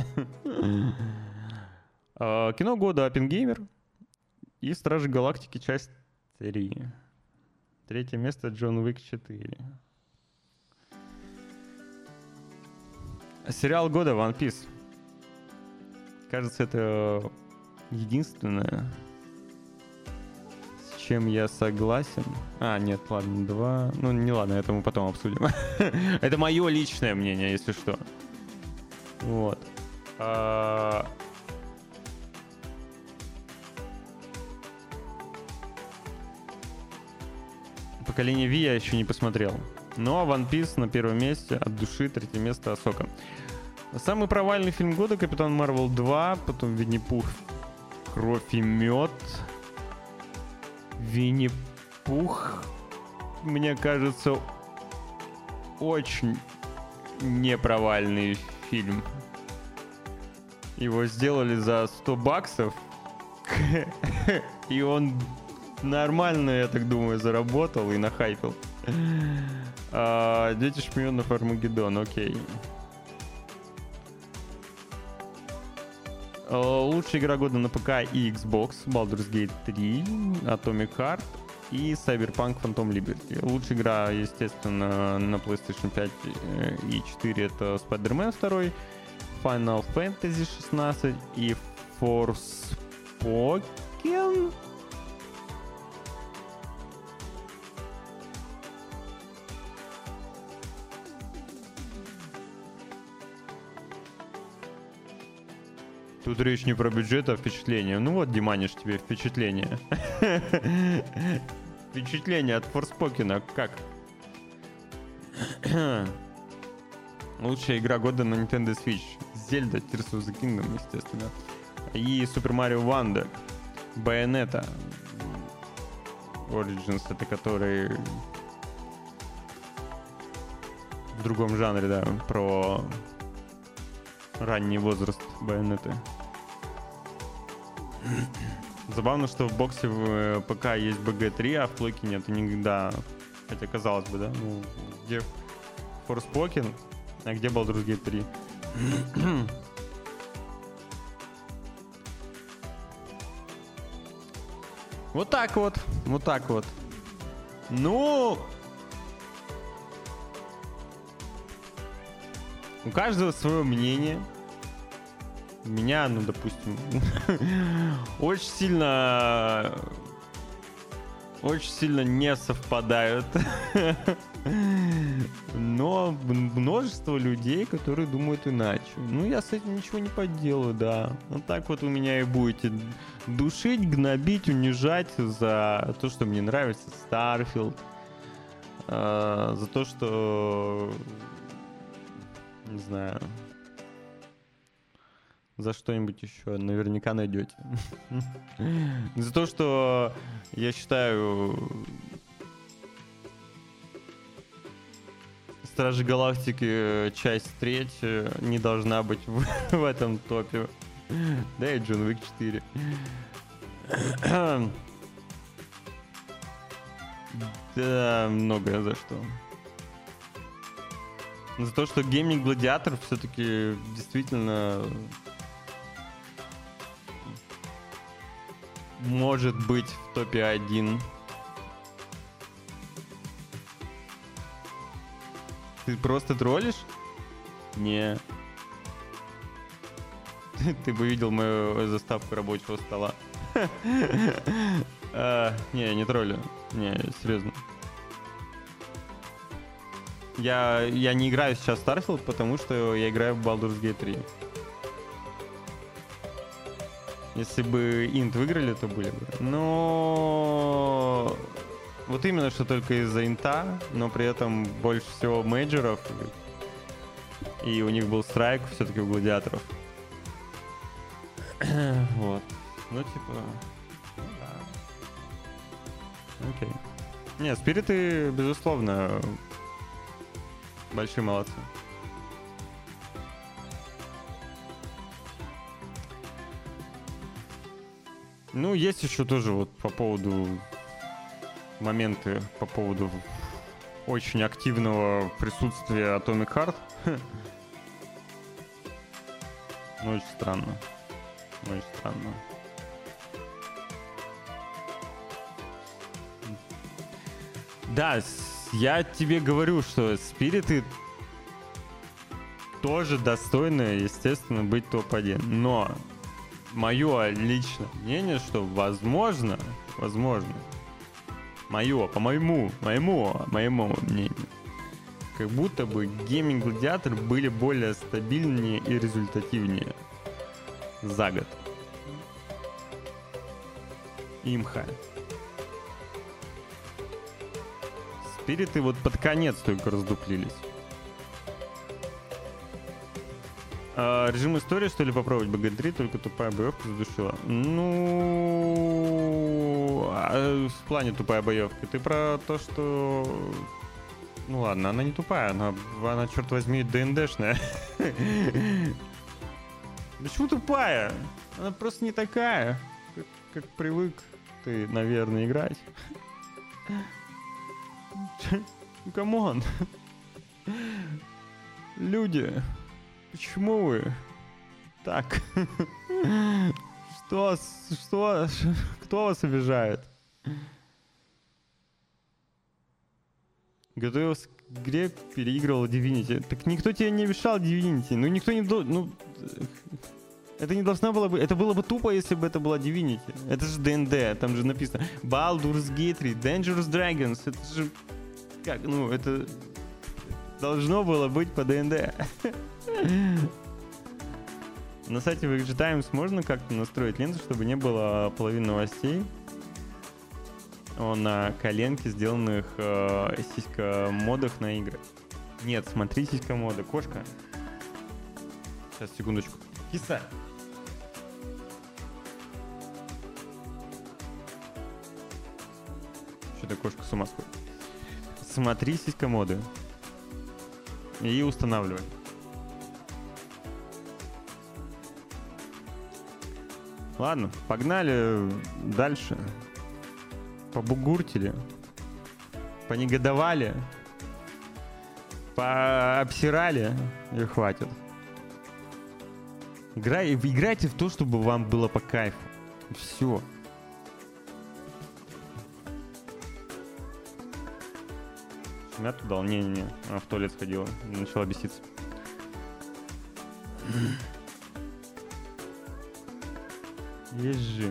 A: Кино года Оппенгеймер и Стражи Галактики часть три. Третье место Джон Уик четыре. Сериал года One Piece. Кажется, это единственное, с чем я согласен. А, нет, ладно, два. Ну, не ладно, это мы потом обсудим. Это мое личное мнение, если что. Вот. А... Поколение Ви я еще не посмотрел. Но One Piece на первом месте, от души, третье место Асока. Самый провальный фильм года Капитан Марвел два, потом Винни-Пух, Кровь и мед. Винни-Пух, мне кажется, очень непровальный фильм. Его сделали за сто баксов, и он нормально, я так думаю, заработал и нахайпил. А, Дети шпионов Армагеддон, окей. А, лучшая игра года на ПК и Xbox, Baldur's Gate три, Atomic Heart и Cyberpunk Phantom Liberty. Лучшая игра, естественно, на PlayStation пять и четыре это Spider-Man два, Final Fantasy шестнадцать и Forspoken. Тут речь не про бюджет, а впечатление. Ну вот, Диманиш, тебе впечатление. Впечатление от Форспокена как? Лучшая игра года на Nintendo Switch. Zelda, Tears of the Kingdom, естественно. И Super Mario Wonder. Bayonetta. Origins, это который в другом жанре, да, про ранний возраст Байонеты. Забавно, что в боксе в ПК есть би джи три, а в плойке нет. И никогда, хотя казалось бы, да, ну, где Forspoken, а где Baldur's Gate три? Вот так вот, вот так вот. Ну, у каждого свое мнение. У меня, ну, допустим, очень сильно, очень сильно не совпадают. Но множество людей, которые думают иначе. Ну, я с этим ничего не поделаю, да. Вот так вот у меня и будете душить, гнобить, унижать за то, что мне нравится Starfield. Э, за то, что... Не знаю... За что-нибудь еще наверняка найдете. За то, что я считаю... Стражи Галактики часть третья не должна быть в, в этом топе. Да и Джон Уик четыре. Да, многое за что. За то, что Гейминг Гладиатор все-таки действительно может быть в топе один. Ты просто троллишь? Не. Ты бы видел мою заставку рабочего стола. Не, не троллю. Не, серьезно. Я, я не играю сейчас в Starfield, потому что я играю в Baldur's Gate три. Если бы Инт выиграли, то были бы. Но... Вот именно, что только из-за Инта, но при этом больше всего мейджоров. И у них был страйк все-таки у Гладиаторов. Вот. Ну, типа... Да. Окей. Не, Спириты, безусловно, большие молодцы. Ну, есть еще тоже вот по поводу моменты, по поводу очень активного присутствия Atomic Heart. Ну, очень странно. Очень странно. Да, я тебе говорю, что спириты тоже достойны, естественно, быть топ один. Но мое личное мнение, что возможно, возможно, мое, по моему, моему, моему мнению, как будто бы Гейминг Гладиатор были более стабильнее и результативнее за год. Имха. Спириты вот под конец только раздуплились. А, режим истории, что ли, попробовать? би джи три, только тупая боевка задушила. Ну... А, в плане тупая боевка. Ты про то, что... Ну ладно, она не тупая, она, она черт возьми, ДНДшная. Почему тупая? Она просто не такая, как, как привык ты, наверное, играть. Ну, камон. Люди, почему вы так? Что, что, кто вас обижает? Готовился к игре, переигрывал Divinity. Так никто тебе не мешал Divinity. Ну, никто не... До... Ну, это не должно было бы... Это было бы тупо, если бы это была Divinity. Это же ДНД, там же написано Baldur's Gate три, Dangerous Dragons. Это же... Как? Ну, это... Должно было быть по ДНД. На сайте ви джи Times можно как-то настроить ленту, чтобы не было половины новостей на коленке, сделанных э, сиська-модах на игры. Нет, смотрите, комода. Кошка. Сейчас, секундочку. Киса. Что-то кошка с ума сходит. Смотри сиська моды. И устанавливай. Ладно, погнали дальше. Побугуртили. Понегодовали. Пообсирали. И хватит. Играй, играйте в то, чтобы вам было по кайфу. Все. Мяту дал? Не-не-не. Она в туалет сходила. Начала беситься. Есть же.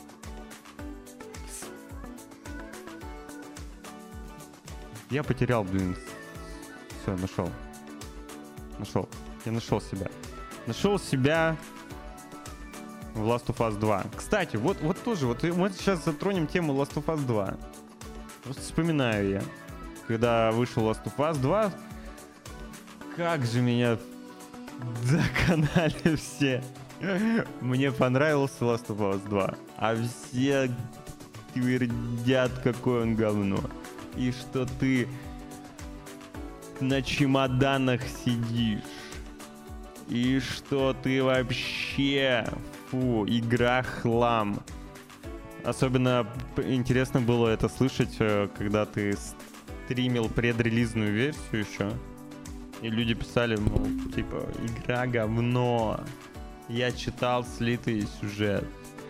A: Я потерял, блин. Все, нашел. Нашел. Я нашел себя. Нашел себя в Last of Us два. Кстати, вот, вот тоже, вот мы сейчас затронем тему Last of Us два. Просто вспоминаю я. Когда вышел Last of Us два, как же меня доконали все. Мне понравился Last of Us два, а все твердят, какое он говно. И что ты на чемоданах сидишь. И что ты вообще... Фу, игра хлам. Особенно интересно было это слышать, когда ты стримил предрелизную версию еще. И люди писали, мол, типа, игра говно. Я читал слитый сюжет.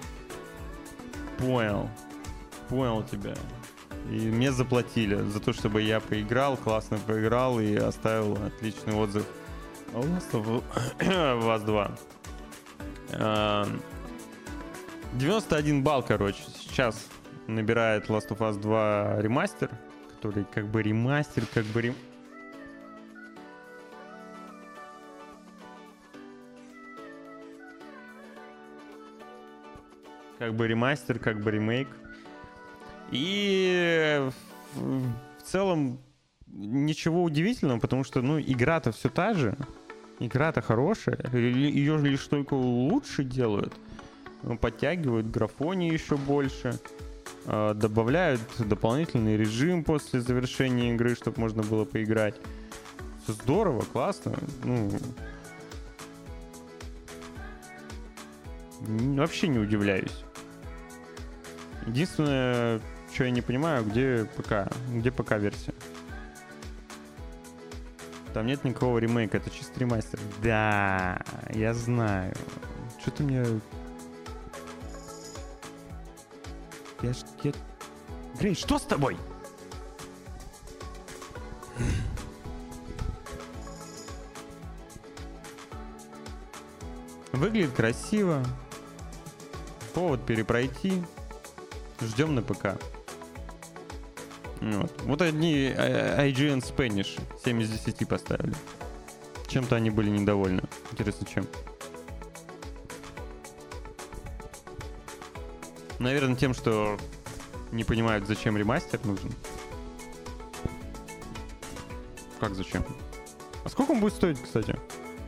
A: Понял. Понял тебя. И мне заплатили за то, чтобы я поиграл, классно поиграл и оставил отличный отзыв о Last of Us два. девяносто один балл, короче, сейчас набирает Last of Us два ремастер, который как бы ремастер, как бы рем... Как бы ремастер, как бы ремейк. И в целом ничего удивительного, потому что, ну, игра-то все та же. Игра-то хорошая. Ее лишь только лучше делают. Подтягивают графони еще больше. Добавляют дополнительный режим после завершения игры, чтобы можно было поиграть. Все здорово, классно. Ну, вообще не удивляюсь. Единственное, что я не понимаю, где ПК, где ПК-версия. Там нет никакого ремейка, это чисто ремастер. Да, я знаю. Что ты мне... Я ж... Я... Грей, что с тобой? Выглядит красиво. Повод перепройти. Ждем на ПК. Вот, вот одни ай джи эн Spanish семь из десяти поставили. Чем-то они были недовольны. Интересно, чем? Наверное, тем, что не понимают, зачем ремастер нужен. Как зачем? А сколько он будет стоить, кстати?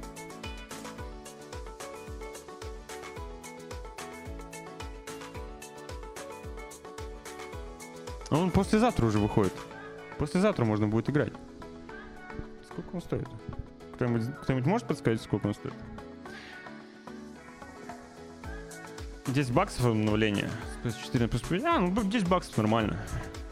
A: Он послезавтра уже выходит. Послезавтра можно будет играть. Сколько он стоит? Кто-нибудь, кто-нибудь может подсказать, сколько он стоит? десять баксов обновление. Плюс четыре, плюс пять. А, ну десять баксов нормально.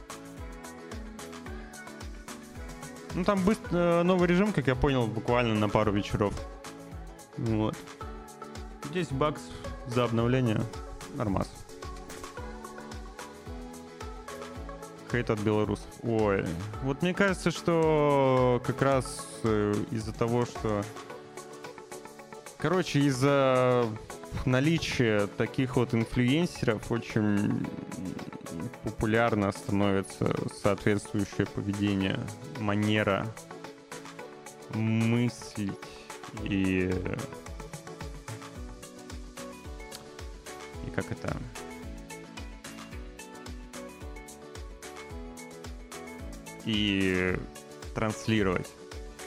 A: Ну там быстро новый режим, как я понял, буквально на пару вечеров. Вот. десять баксов за обновление. Нормас. Хейт от белорусов. Ой. Вот мне кажется, что как раз из-за того, что... Короче, из-за наличия таких вот инфлюенсеров очень популярно становится соответствующее поведение, манера мыслить и... И как это... И транслировать.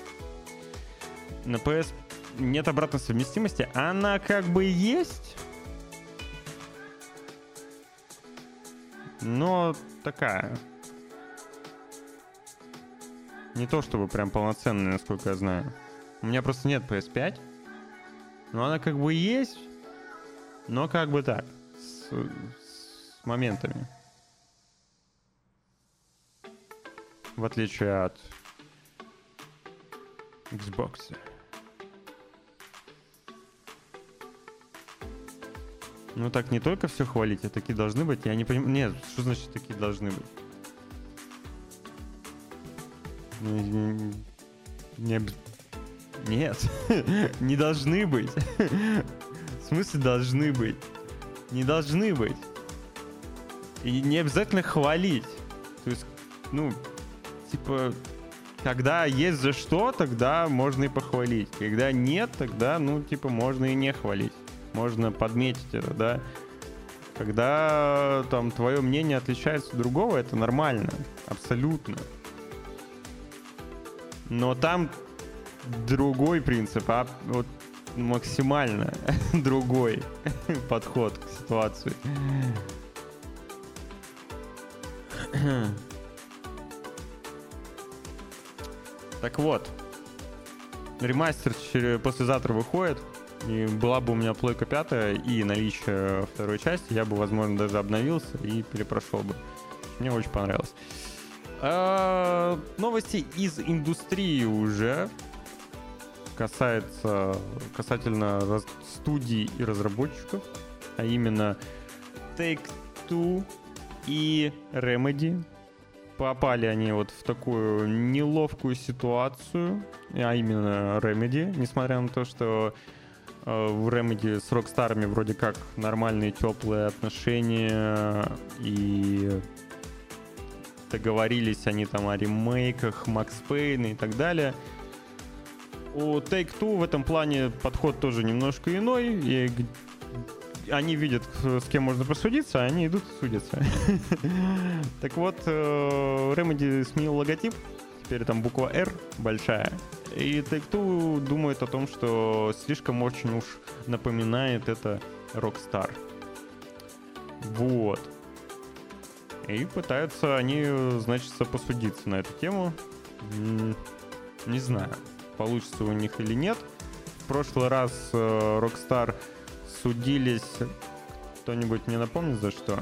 A: на пи эс нет обратной совместимости. Она как бы есть, но такая. Не то чтобы прям полноценная, насколько я знаю. У меня просто нет пи эс пять. Но она как бы есть, но как бы так, с, с моментами. В отличие от Xbox. Ну так не только все хвалить, а такие должны быть. Я не понимаю. Нет, что значит такие должны быть? Не, не, нет, не должны быть. В смысле должны быть? Не должны быть. И не обязательно хвалить. То есть, ну, типа, когда есть за что, тогда можно и похвалить. Когда нет, тогда, ну, типа, можно и не хвалить. Можно подметить это, да. Когда там твое мнение отличается от другого, это нормально. Абсолютно. Но там другой принцип, а вот максимально другой подход к ситуации. Так вот, ремастер послезавтра выходит, и была бы у меня плойка пятая и наличие второй части, я бы, возможно, даже обновился и перепрошел бы. Мне очень понравилось. А, новости из индустрии уже касается касательно раз, студий и разработчиков, а именно Take-Two и Remedy. Попали они вот в такую неловкую ситуацию, а именно Remedy, несмотря на то, что э, в Remedy с Rockstar'ами вроде как нормальные теплые отношения и договорились они там о ремейках Макс Пейна и так далее. У Take-Two в этом плане подход тоже немножко иной. И они видят, с кем можно посудиться, а они идут и судятся. Так вот, Remedy сменил логотип. Теперь там буква R большая. И Take-Two думает о том, что слишком очень уж напоминает это Rockstar. Вот. И пытаются они, значит, посудиться на эту тему. Не знаю, получится у них или нет. В прошлый раз Rockstar судились... Кто-нибудь мне напомнит, за что?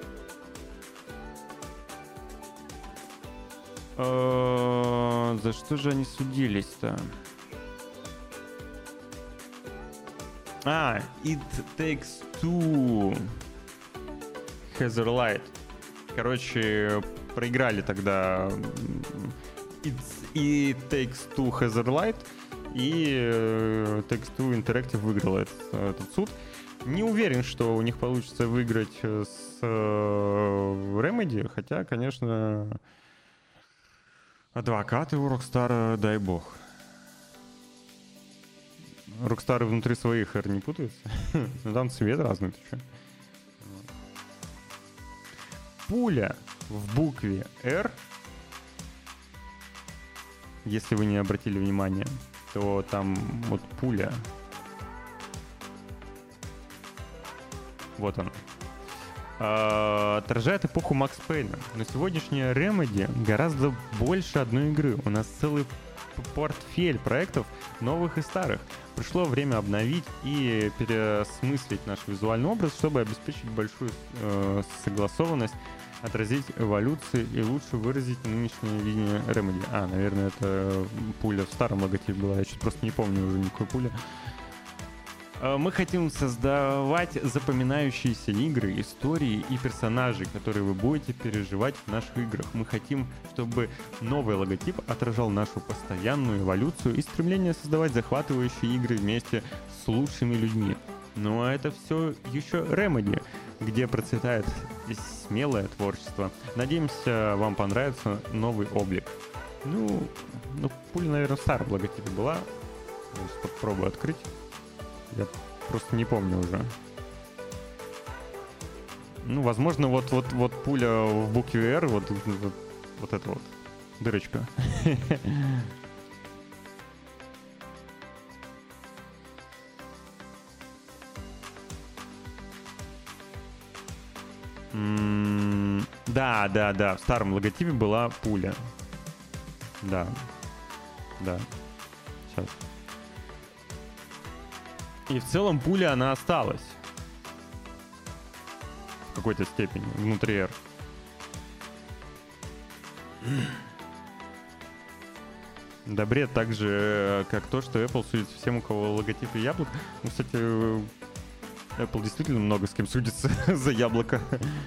A: Э-э- за что же они судились-то? А, It Takes Two. Heatherlight. Короче, проиграли тогда It Takes Two Heatherlight, и Takes Two Interactive выиграл этот, этот суд. Не уверен, что у них получится выиграть с Remedy, хотя, конечно, адвокаты у Rockstar, дай бог. Rockstar внутри своих R не путаются. Но там цвет разный, ты что? Пуля в букве R, если вы не обратили внимания, то там вот пуля. Вот он. А, отражает эпоху Макс Пейна. Но сегодняшняя Remedy гораздо больше одной игры. У нас целый портфель проектов, новых и старых. Пришло время обновить и переосмыслить наш визуальный образ, чтобы обеспечить большую э, согласованность, отразить эволюцию и лучше выразить нынешнее видение Remedy. А, наверное, это пуля в старом логотипе была. Я сейчас просто не помню уже никакой пули. Мы хотим создавать запоминающиеся игры, истории и персонажей, которые вы будете переживать в наших играх. Мы хотим, чтобы новый логотип отражал нашу постоянную эволюцию и стремление создавать захватывающие игры вместе с лучшими людьми. Ну а это все еще Remedy, где процветает смелое творчество. Надеемся, вам понравится новый облик. Ну, ну пуля, наверное, в старом логотипе была. Я сейчас попробую открыть. Я просто не помню уже. Ну, возможно, вот, вот, вот пуля в букве R, вот, вот, вот эта вот дырочка. М, Да, да, да. В старом логотипе была пуля. Да. Да. Сейчас. И в целом пуля, она осталась. В какой-то степени. Внутри R. Да бред, так же, как то, что Apple судит всем, у кого логотипы яблок. Ну, кстати, Apple действительно много с кем судится за яблоко.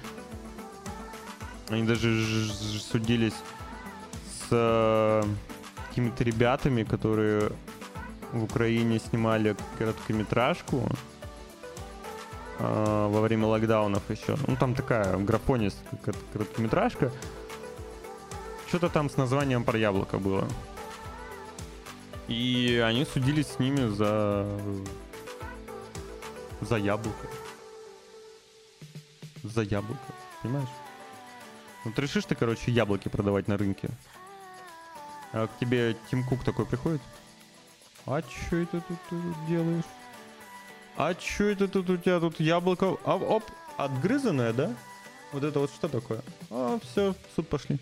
A: Они даже ж- ж- судились с э, какими-то ребятами, которые в Украине снимали короткометражку э, во время локдаунов еще. Ну, там такая графонист короткометражка. Что-то там с названием про яблоко было. И они судились с ними за... за яблоко. За яблоко, понимаешь? Вот решишь ты, короче, яблоки продавать на рынке. А к тебе Тим Кук такой приходит. А чё это тут ты делаешь? А чё это тут у тебя тут яблоко? А, оп, отгрызанное, да? Вот это вот что такое? А, все, в суд пошли.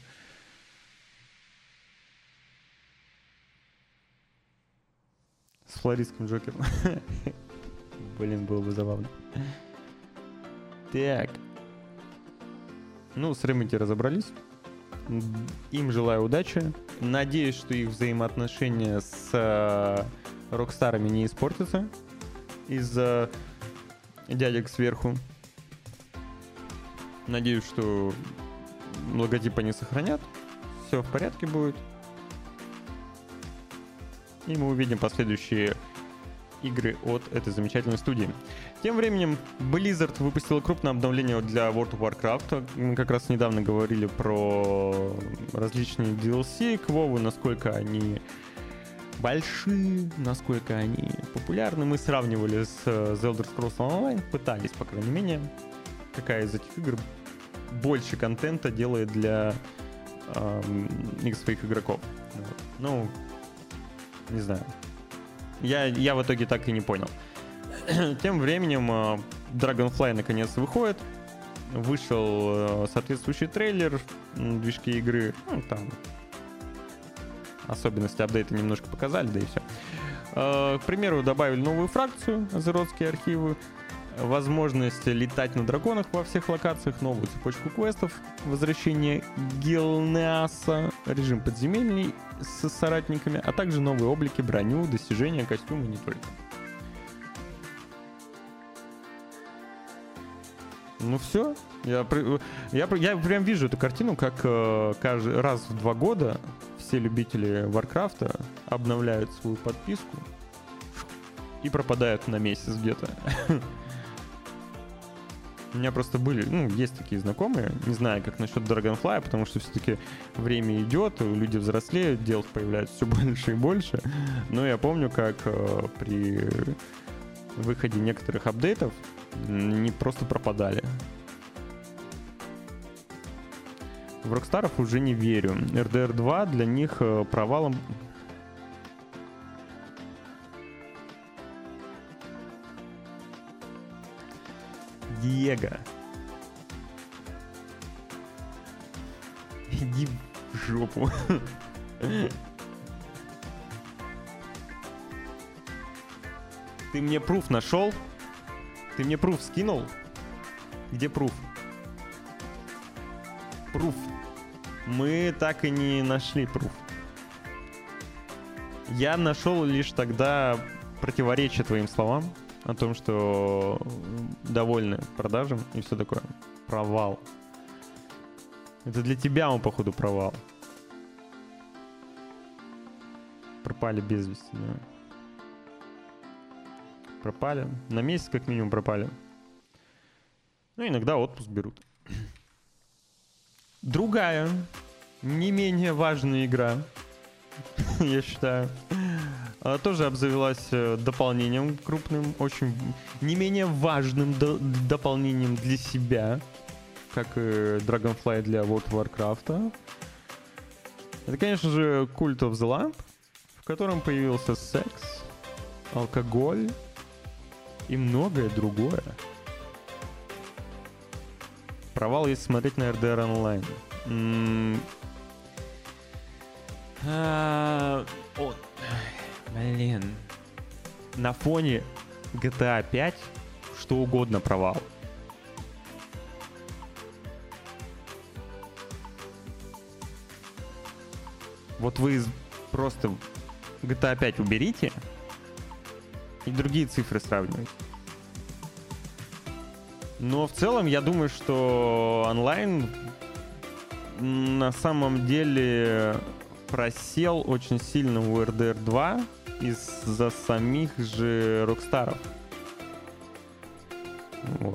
A: С флористским Джокером. Блин, было бы забавно. Так. Ну, с Remedy разобрались. Им желаю удачи. Надеюсь, что их взаимоотношения с э, Рокстарами не испортятся из-за дядек сверху. Надеюсь, что логотип они сохранят. Все в порядке будет. И мы увидим последующие игры от этой замечательной студии. Тем временем Blizzard выпустила крупное обновление для World of Warcraft. Мы как раз недавно говорили про различные ди эл си к WoW, насколько они большие, насколько они популярны. Мы сравнивали с The Elder Scrolls Online, пытались, по крайней мере, какая из этих игр больше контента делает для эм, их своих игроков. Вот. Ну, не знаю. Я, я в итоге так и не понял. Тем временем Dragonfly наконец выходит. Вышел соответствующий трейлер, движки игры. Ну, там особенности апдейта немножко показали, да и все. К примеру, добавили новую фракцию, азеротские архивы, возможность летать на драконах во всех локациях, новую цепочку квестов, возвращение Гилнеаса, режим подземельный с соратниками, а также новые облики, броню, достижения, костюмы, не только. Ну все, я, я, я прям вижу эту картину, как э, каждый раз в два года все любители Варкрафта обновляют свою подписку и пропадают на месяц где-то. У меня просто были, ну, есть такие знакомые, не знаю, как насчет Dragonfly, потому что все-таки время идет, люди взрослеют, дел появляется все больше и больше. Но я помню, как э, при выходе некоторых апдейтов не просто пропадали. В Рокстаров уже не верю. эр ди ар два для них э, провалом... Диего. Иди в жопу. Ты мне пруф нашел? Ты мне пруф скинул? Где пруф? Пруф. Мы так и не нашли пруф. Я нашел лишь тогда противоречие твоим словам о том, что довольны продажам и все такое. Провал. Это для тебя он, походу, провал. Пропали без вести, да. Пропали. На месяц как минимум пропали. Ну, иногда отпуск берут. Другая, не менее важная игра, я считаю, тоже обзавелась дополнением крупным, очень не менее важным до- дополнением для себя, как и Dragonfly для World of Warcraft. Это, конечно же, Cult of the Lamp, в котором появился секс, алкоголь и многое другое. Провал, если смотреть на эр дэ эр онлайн. М, а, о, Блин. На фоне джи ти эй пять что угодно провал. Вот вы просто джи ти эй пять уберите и другие цифры сравнивайте. Но в целом я думаю, что онлайн на самом деле просел очень сильно у эр дэ эр два из-за самих же Рокстаров. Вот.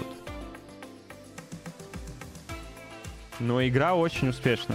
A: Но игра очень успешна.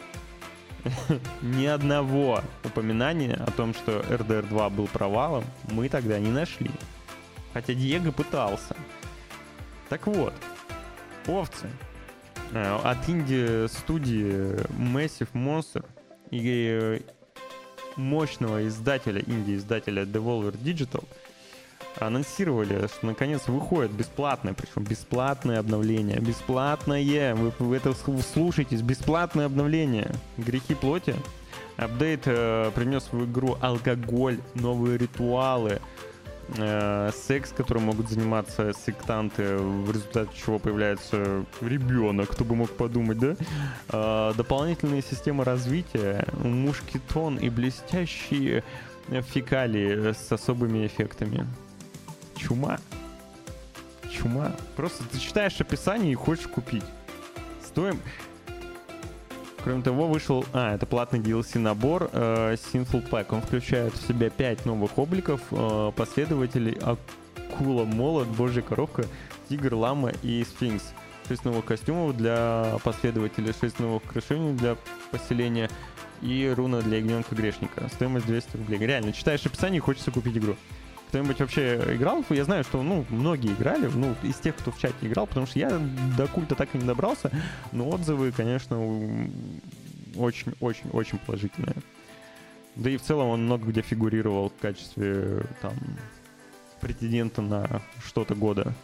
A: Ни одного упоминания о том, что эр дэ эр два был провалом, мы тогда не нашли. Хотя Диего пытался. Так вот, овцы. От инди-студии Massive Monster и мощного издателя, инди-издателя Devolver Digital анонсировали, что наконец выходит бесплатное, причем бесплатное обновление. Бесплатное! Вы, вы это слушаетесь, бесплатное обновление. Грехи плоти. Апдейт э, принес в игру алкоголь, новые ритуалы, э, секс, которым могут заниматься сектанты, в результате чего появляется ребенок, кто бы мог подумать, да? Э, дополнительные системы развития, мушкетон и блестящие фекалии с особыми эффектами. Чума. Чума. Просто ты читаешь описание и хочешь купить. Стоим... Кроме того, вышел... А, это платный ди эл си-набор э, Sinful Pack. Он включает в себя пять новых обликов э, последователей Акула, Молот, Божья коровка, Тигр, Лама и Сфинкс. шесть новых костюмов для последователей, шесть новых украшений для поселения и руна для ягненка грешника. Стоимость двести рублей. Реально, читаешь описание и хочется купить игру. Кто-нибудь вообще играл? Я знаю, что, ну, многие играли, ну, из тех, кто в чате играл, потому что я до культа так и не добрался, но отзывы, конечно, очень-очень-очень положительные. Да и в целом он много где фигурировал в качестве, там, претендента на что-то года.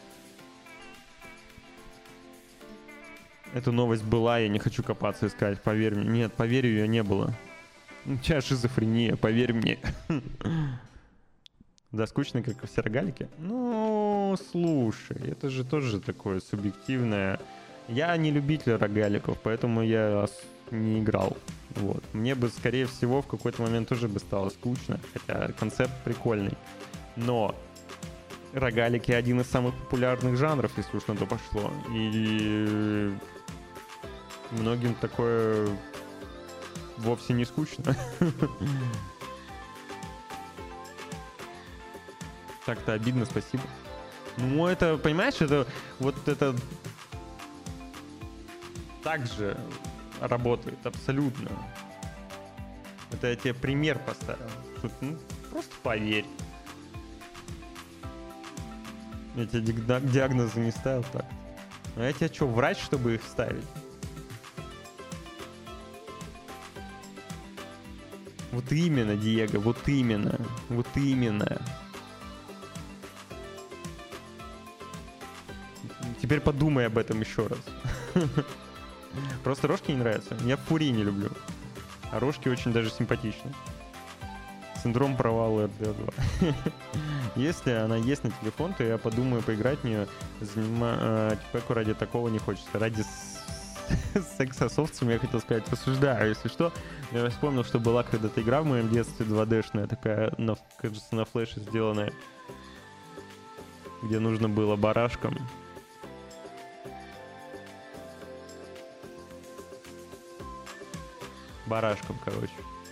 A: Эта новость была, я не хочу копаться искать, поверь мне. Нет, поверь, ее не было. У тебя шизофрения, поверь мне. Да, скучно, как все рогалики. Ну, слушай, это же тоже такое субъективное. Я не любитель рогаликов, поэтому я не играл. Вот. Мне бы, скорее всего, в какой-то момент тоже бы стало скучно, хотя концепт прикольный. Но рогалики один из самых популярных жанров, если уж на то пошло. И многим такое вовсе не скучно. Так-то обидно, спасибо. Ну, это, понимаешь, это вот это так же работает абсолютно. Это я тебе пример поставил. Ну, просто поверь. Я тебе диагнозы не ставил так. А я тебе что, врач, чтобы их ставить? Вот именно, Диего, вот именно, вот именно. Теперь подумай об этом еще раз. Просто рожки не нравятся. Я фурии не люблю. А рожки очень даже симпатичны. Синдром провала эр дэ эр два. Если она есть на телефон, то я подумаю поиграть в нее. Занима... Типеку ради такого не хочется. Ради секса с овцами я хотел сказать, рассуждаю. Если что, я вспомнил, что была когда-то игра в моем детстве два дэ-шная, такая, на, кажется, на флеше сделанная, где нужно было барашкам барашком, короче,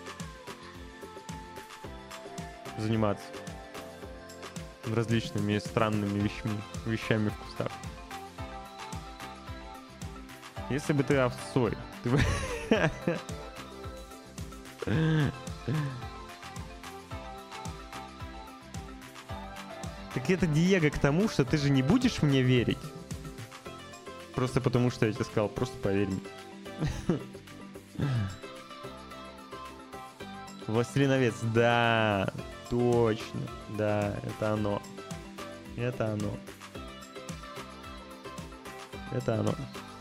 A: заниматься различными странными вещами, вещами в кустах. Если бы ты овцой, ты бы... Так это, Диего, к тому, что ты же не будешь мне верить. Просто потому, что я тебе сказал, просто поверь мне. Властелиновец, да, точно, да, это оно. Это оно. Это оно.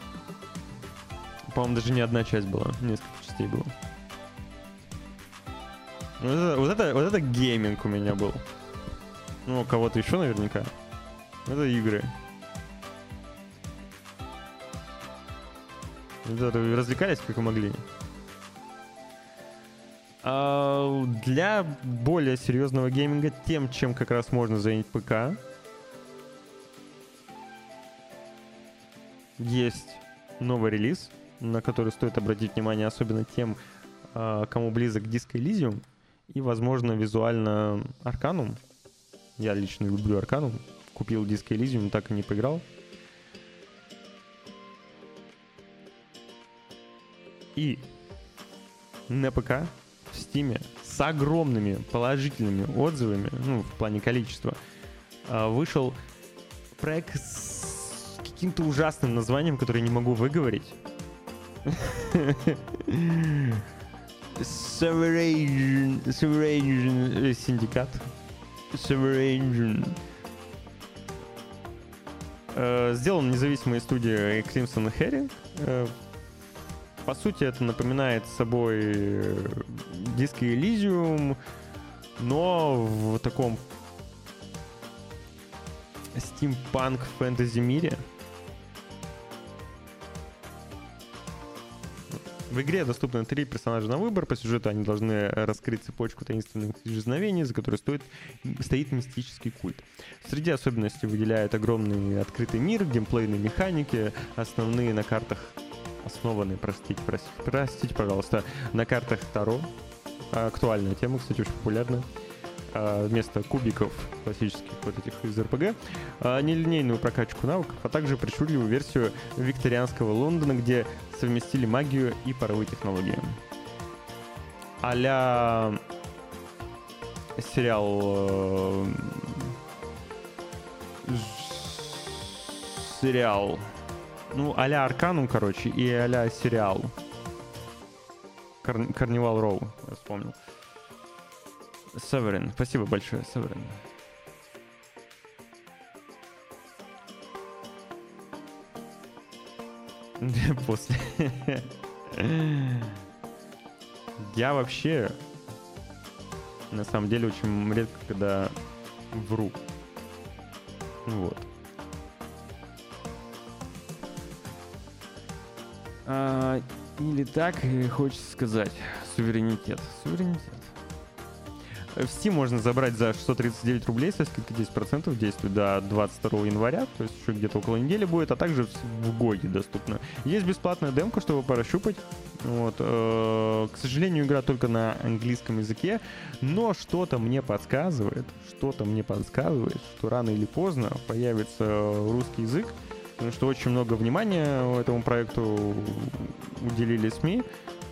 A: По-моему, даже не одна часть была, несколько частей было. Вот это, вот это, вот это гейминг у меня был. Ну, у кого-то еще наверняка. Это игры. Это развлекались как и могли. А для более серьезного гейминга, тем, чем как раз можно занять ПК, есть новый релиз, на который стоит обратить внимание, особенно тем, кому близок Disco Elysium и, возможно, визуально Arcanum. Я лично люблю Arcanum. Купил Disco Elysium, так и не поиграл. И на ПК в Steam с огромными положительными отзывами, ну, в плане количества, вышел проект с каким-то ужасным названием, которое я не могу выговорить. Sovereign Syndicate. Sovereign. Сделан независимой студией Crimson Herring. По сути, это напоминает собой Disco Elysium, но в таком стимпанк фэнтези мире. В игре доступны три персонажа на выбор. По сюжету они должны раскрыть цепочку таинственных исчезновений, за которой стоит, стоит мистический культ. Среди особенностей выделяют огромный открытый мир, геймплейные механики, основные на картах, основанные, простите, простите, простите, пожалуйста, на картах Таро. Актуальная тема, кстати, очень популярная. Вместо кубиков классических вот этих из эр пи джи, нелинейную прокачку навыков, а также причудливую версию викторианского Лондона, где совместили магию и паровые технологии. А-ля сериал... Сериал... Ну, а-ля Arcanum, короче, и а-ля сериал. Кар- Карнивал Роу, я вспомнил. Северин, спасибо большое, Северин. После. Я вообще на самом деле очень редко когда вру. Вот. А, или так хочется сказать. Суверенитет. Суверенитет. В Steam можно забрать за шестьсот тридцать девять рублей со скидкой десять процентов, действует до двадцать второго января, то есть еще где-то около недели будет, а также в Гоге доступно. Есть бесплатная демка, чтобы прощупать. Вот. К сожалению, игра только на английском языке, но что-то мне подсказывает, что-то мне подсказывает, что рано или поздно появится русский язык, потому что очень много внимания этому проекту уделили СМИ.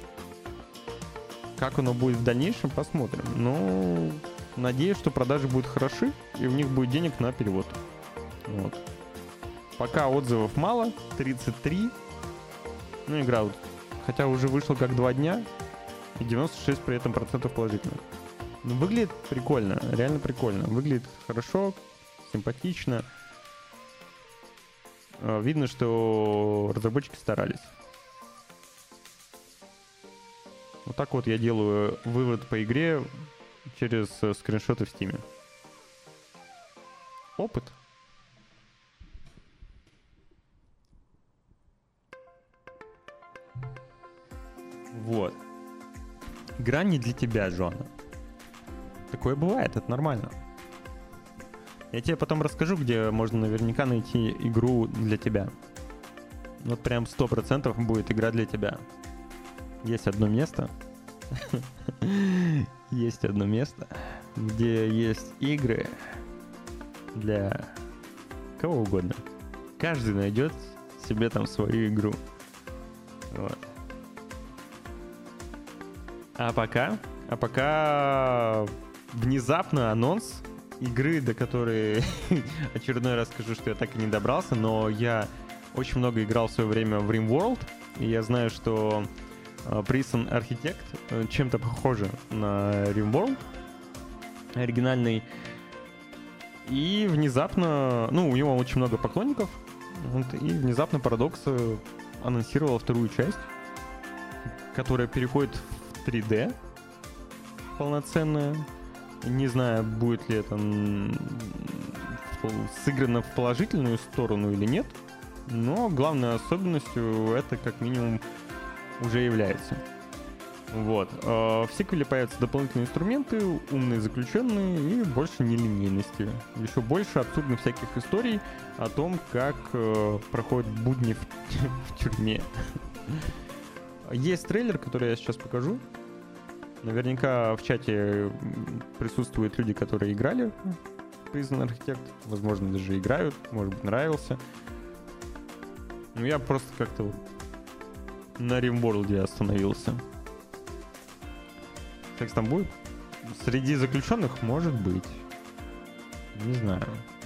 A: Как оно будет в дальнейшем, посмотрим. Но надеюсь, что продажи будут хороши, и у них будет денег на перевод. Вот. Пока отзывов мало, тридцать три. Ну, игра, хотя уже вышла как два дня, и девяносто шесть при этом процентов положительных. Ну, выглядит прикольно, реально прикольно. Выглядит хорошо, симпатично. Видно, что разработчики старались. Вот так вот я делаю вывод по игре через скриншоты в Steam. Опыт. Вот. Игра не для тебя, Джона. Такое бывает, это нормально. Я тебе потом расскажу, где можно наверняка найти игру для тебя. Вот прям сто процентов будет игра для тебя. Есть одно место. Есть одно место, где есть игры для кого угодно. Каждый найдет себе там свою игру. Вот. А пока, а пока внезапно анонс игры, до которой очередной раз скажу, что я так и не добрался, но я очень много играл в свое время в RimWorld, и я знаю, что Prison Architect чем-то похоже на RimWorld оригинальный. И внезапно, ну, у него очень много поклонников, вот, и внезапно парадокс анонсировала вторую часть, которая переходит в три дэ полноценная. Не знаю, будет ли это сыграно в положительную сторону или нет, но главной особенностью это как минимум уже является. Вот. В сиквеле появятся дополнительные инструменты, умные заключенные и больше нелинейности. Еще больше абсурдных всяких историй о том, как э, проходят будни в, в тюрьме. Есть трейлер, который я сейчас покажу. Наверняка в чате присутствуют люди, которые играли в Prison Architect. Возможно, даже играют, может быть, нравился. Но я просто как-то на RimWorld остановился. Секс там будет? Среди заключенных может быть. Не знаю.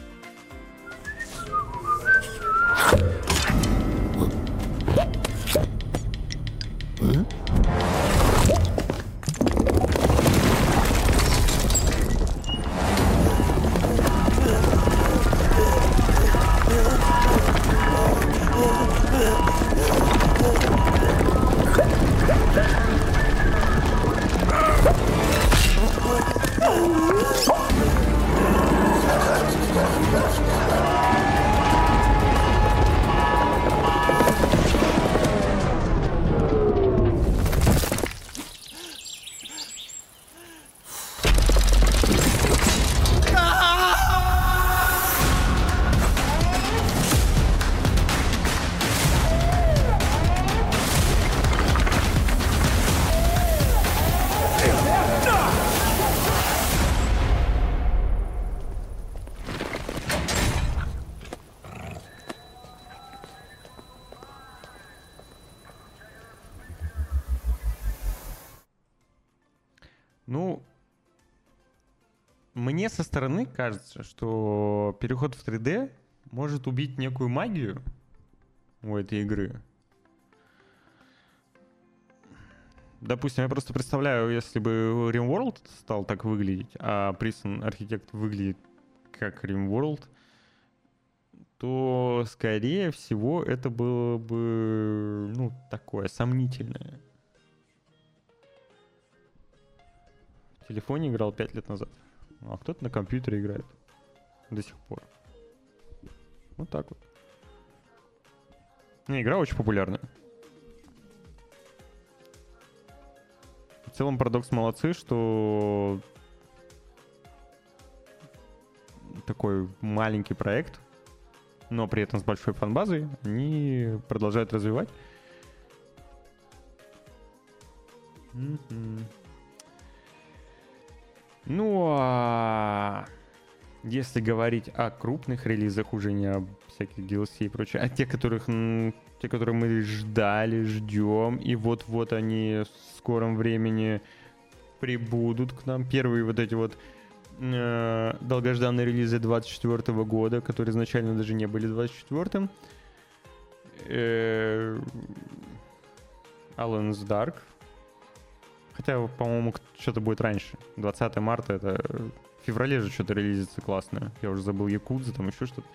A: Ну, мне со стороны кажется, что переход в три дэ может убить некую магию у этой игры. Допустим, я просто представляю, если бы RimWorld стал так выглядеть, а Prison Architect выглядит как RimWorld, то, скорее всего, это было бы, ну, такое сомнительное. В телефоне играл пять лет назад, а кто-то на компьютере играет до сих пор. Вот так вот. Не, игра очень популярная. В целом Paradox молодцы, что такой маленький проект, но при этом с большой фан-базой, они продолжают развивать. Mm-hmm. Ну, а если говорить о крупных релизах, уже не о всяких ди эл си и прочее, а те, которых, те, которые мы ждали, ждем, и вот-вот они в скором времени прибудут к нам. Первые вот эти вот э, долгожданные релизы двадцать четвёртого года, которые изначально даже не были двадцать четвёртым. Э, Alan's Dark. Хотя, по-моему, что-то будет раньше. двадцатого марта, это в феврале же что-то релизится классное. Я уже забыл, Якудза, там еще что-то.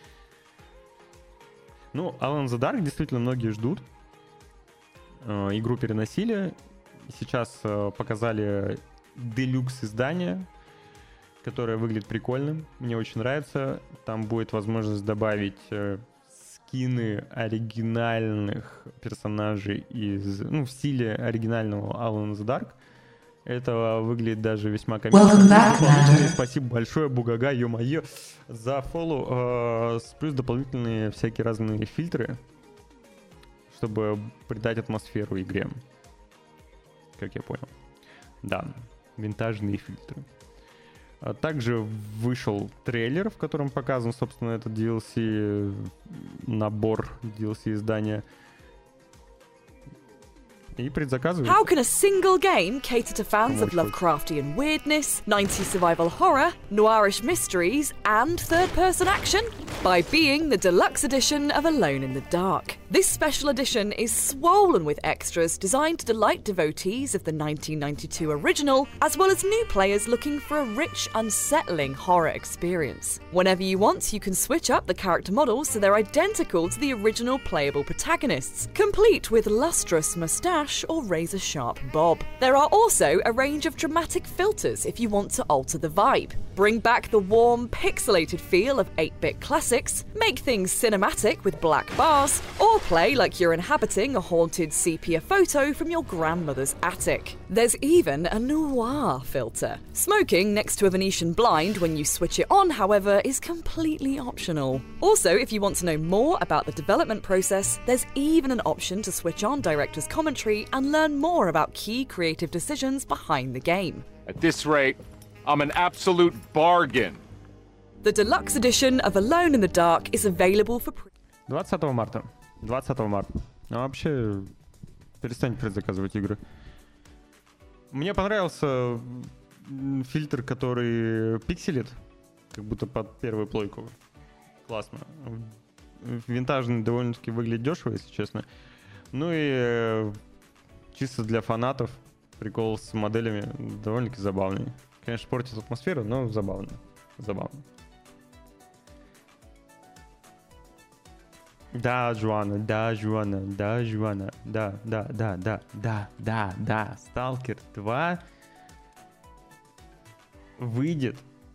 A: Ну, Alan the Dark действительно многие ждут. Э, игру переносили. Сейчас э, показали делюкс издание, которое выглядит прикольным. Мне очень нравится. Там будет возможность добавить э, скины оригинальных персонажей из, ну, в стиле оригинального Alan the Dark. Это выглядит даже весьма комично. Спасибо большое, Бугага, ё-моё, за фоллоу. Плюс дополнительные всякие разные фильтры, чтобы придать атмосферу игре. Как я понял. Да, винтажные фильтры. Также вышел трейлер, в котором показан, собственно, этот ди эл си, набор ди эл си издания. и предзаказывайте.
B: How can a single game cater to fans of Lovecraftian weirdness, nineties survival horror, noirish mysteries, and third-person action? By being the deluxe edition of Alone in the Dark. This special edition is swollen with extras designed to delight devotees of the nineteen ninety-two original, as well as new players looking for a rich, unsettling horror experience. Whenever you want, you can switch up the character models so they're identical to the original playable protagonists, complete with lustrous moustache or razor-sharp bob. There are also a range of dramatic filters if you want to alter the vibe. Bring back the warm, pixelated feel of eight-bit classics, make things cinematic with black bars, or play like you're inhabiting a haunted sepia photo from your grandmother's attic. There's even a noir filter. Smoking next to a Venetian blind when you switch it on, however, is completely optional. Also, if you want to know more about the development process, there's even an option to switch on director's commentary and learn more about key creative decisions behind the game.
C: At this rate, I'm an absolute bargain.
B: The deluxe edition of Alone in the Dark is available for pre-
A: двадцатого марта. двадцатого марта. Ну, вообще, перестань предзаказывать игры. Мне понравился фильтр, который пикселит, как будто под первую плойку. Классно. Винтажный довольно-таки выглядит дешево, если честно. Ну и чисто для фанатов прикол с моделями довольно-таки забавный. Конечно, портит атмосферу, но забавно. Забавно. Да, Жуана, да, Жуана, да, Жуана, да, да, да, да, да, да, да. Сталкер два выйдет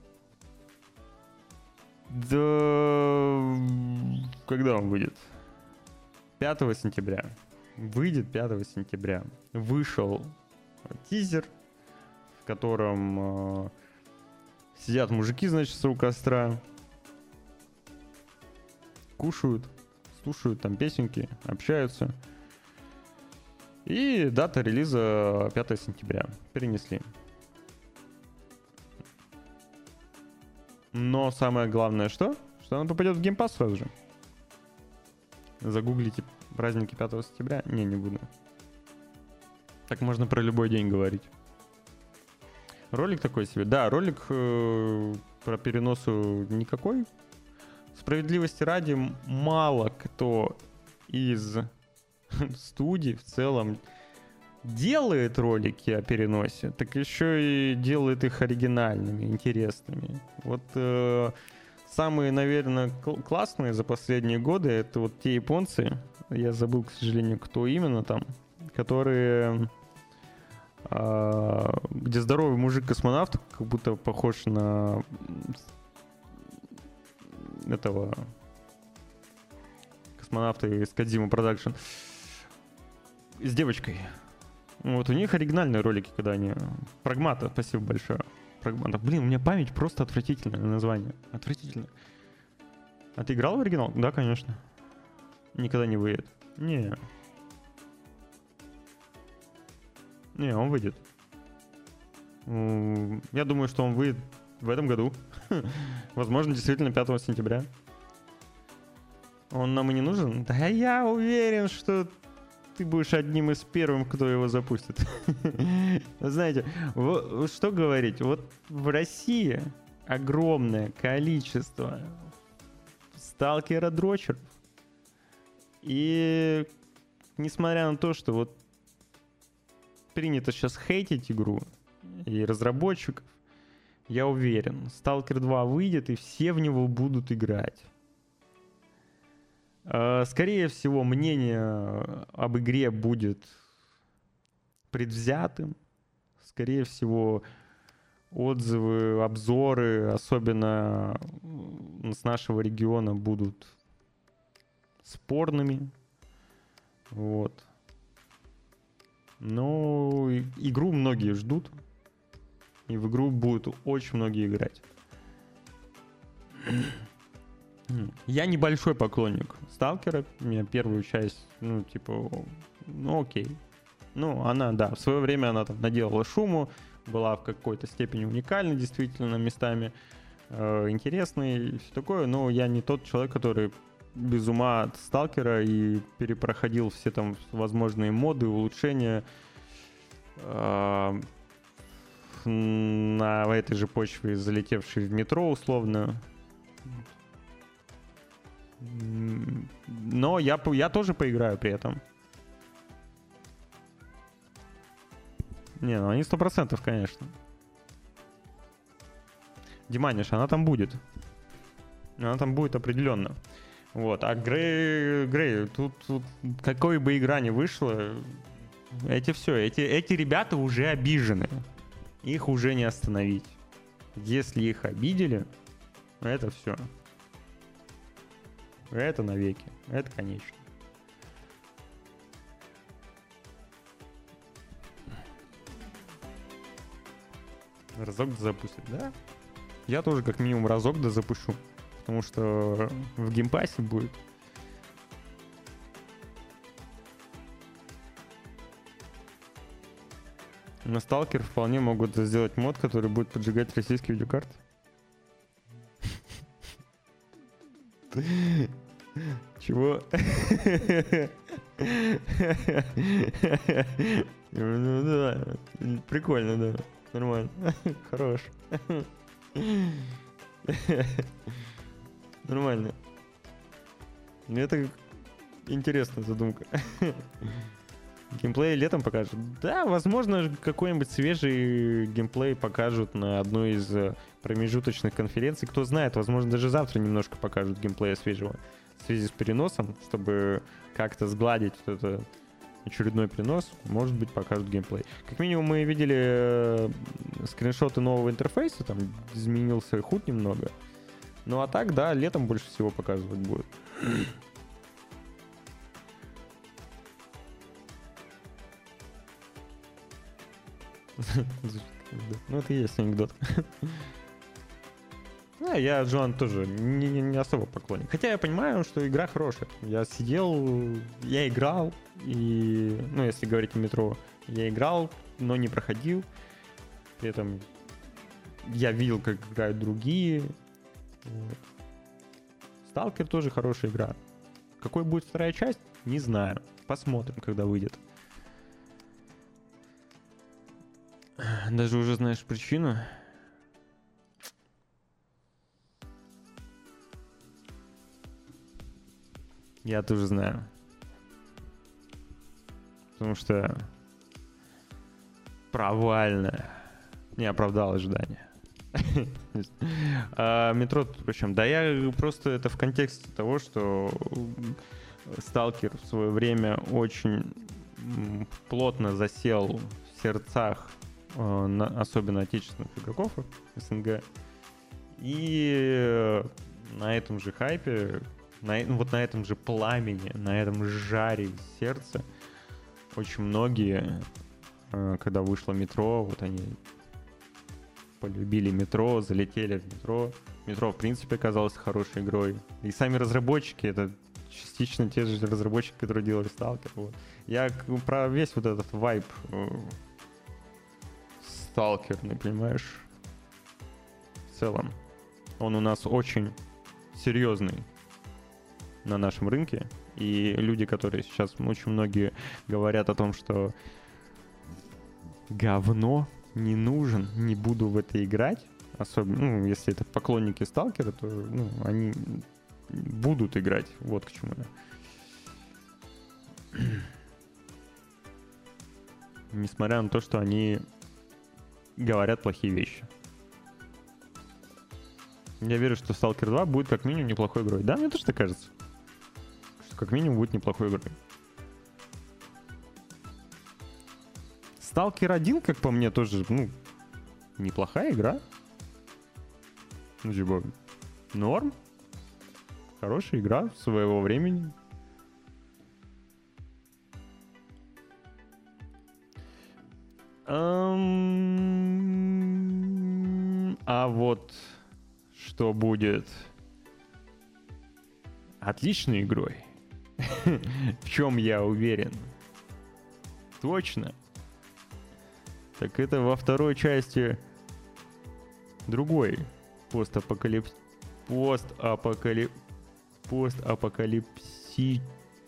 A: до... Когда он выйдет? пятого сентября. Выйдет пятого сентября. Вышел тизер, в котором э, сидят мужики, значит, у костра, кушают, слушают там песенки, общаются. И дата релиза пятого сентября. Перенесли. Но самое главное что? Что она попадет в Game Pass сразу же. Загуглите праздники пятого сентября. Не, не буду. Так можно про любой день говорить. Ролик такой себе. Да, ролик э, про переносу никакой. Справедливости ради, мало кто из студий в целом делает ролики о переносе, так еще и делает их оригинальными, интересными. Вот э, самые, наверное, кл- классные за последние годы — это вот те японцы, я забыл, к сожалению, кто именно там, которые... Uh, где здоровый мужик-космонавт, как будто похож на этого космонавта из Кодзима Продакшн, с девочкой. Вот у них оригинальные ролики, когда они... Прагмата, спасибо большое. Прагмата. Блин, у меня память просто отвратительное название. Отвратительное. А ты играл в оригинал? Да, конечно. Никогда не выйдет. Не. Не, он выйдет. Я думаю, что он выйдет в этом году. Возможно, действительно пятого сентября. Он нам и не нужен? Да я уверен, что ты будешь одним из первых, кто его запустит. Знаете, что говорить? Вот в России огромное количество сталкера-дрочеров. И несмотря на то, что вот принято сейчас хейтить игру и разработчиков, я уверен, Сталкер два выйдет, и все в него будут играть. Скорее всего, мнение об игре будет предвзятым. Скорее всего, отзывы, обзоры, особенно с нашего региона, будут спорными. Вот. Но игру многие ждут, и в игру будут очень многие играть. Я небольшой поклонник Сталкера, мне первую часть, ну, типа, ну, окей. Ну, она, да, в свое время она там наделала шуму, была в какой-то степени уникальной, действительно, местами, э, интересной и все такое, но я не тот человек, который без ума от Сталкера и перепроходил все там возможные моды, улучшения. Э, на этой же почве залетевший в метро условно. Но я, я тоже поиграю при этом. Не, ну они сто процентов, конечно. Диманиш, она там будет. Она там будет определенно. Вот. А Грей, Грей тут, тут какой бы игра ни вышла, эти все, эти, эти ребята уже обижены. Их уже не остановить. Если их обидели, это все. Это навеки. Это конечно. Разок да запустят, да? Я тоже как минимум разок да запущу. Потому что в геймпассе будет. На Сталкер вполне могут сделать мод, который будет поджигать российские видеокарты. Чего? Ну да, прикольно, да. Нормально. Хорош. Нормально. Это интересная задумка. Геймплей летом покажут. Да, возможно, какой-нибудь свежий геймплей покажут на одной из промежуточных конференций. Кто знает, возможно, даже завтра немножко покажут геймплея свежего в связи с переносом, чтобы как-то сгладить вот это очередной перенос. Может быть, покажут геймплей. Как минимум, мы видели скриншоты нового интерфейса, там изменился худ немного. Ну а так, да, летом больше всего показывать будут. Ну, это и есть анекдот. А, я Джоан тоже не, не особо поклонник. Хотя я понимаю, что игра хорошая. Я сидел, я играл, и, ну, если говорить о метро, я играл, но не проходил. При этом я видел, как играют другие. Вот. Сталкер тоже хорошая игра. Какой будет вторая часть, не знаю. Посмотрим, когда выйдет. Даже уже знаешь причину. Я тоже знаю. Потому что провально не оправдал ожидания. А метро тут причем? Да я просто это в контексте того, что Сталкер в свое время очень плотно засел в сердцах, особенно отечественных игроков СНГ. И на этом же хайпе, на, вот на этом же пламени, на этом жаре сердца очень многие, когда вышло метро, вот они полюбили метро, залетели в метро. Метро, в принципе, оказалось хорошей игрой. И сами разработчики, это частично те же разработчики, которые делали Stalker. Вот. Я про весь вот этот вайб сталкерный, понимаешь? В целом. Он у нас очень серьезный на нашем рынке. И люди, которые сейчас, очень многие говорят о том, что говно, не нужен, не буду в это играть. Особенно, ну, если это поклонники Сталкера, то ну, они будут играть. Вот к чему я. Несмотря на то, что они говорят плохие вещи. Я верю, что Сталкер два будет как минимум неплохой игрой. Да, мне тоже так кажется. Что как минимум будет неплохой игрой. Сталкер один, как по мне, тоже, ну, неплохая игра. Ну, типа, норм. Хорошая игра своего времени. Um, а вот что будет отличной игрой, в чем я уверен, точно, так это во второй части другой постапокалип... постапокалип... постапокалипсической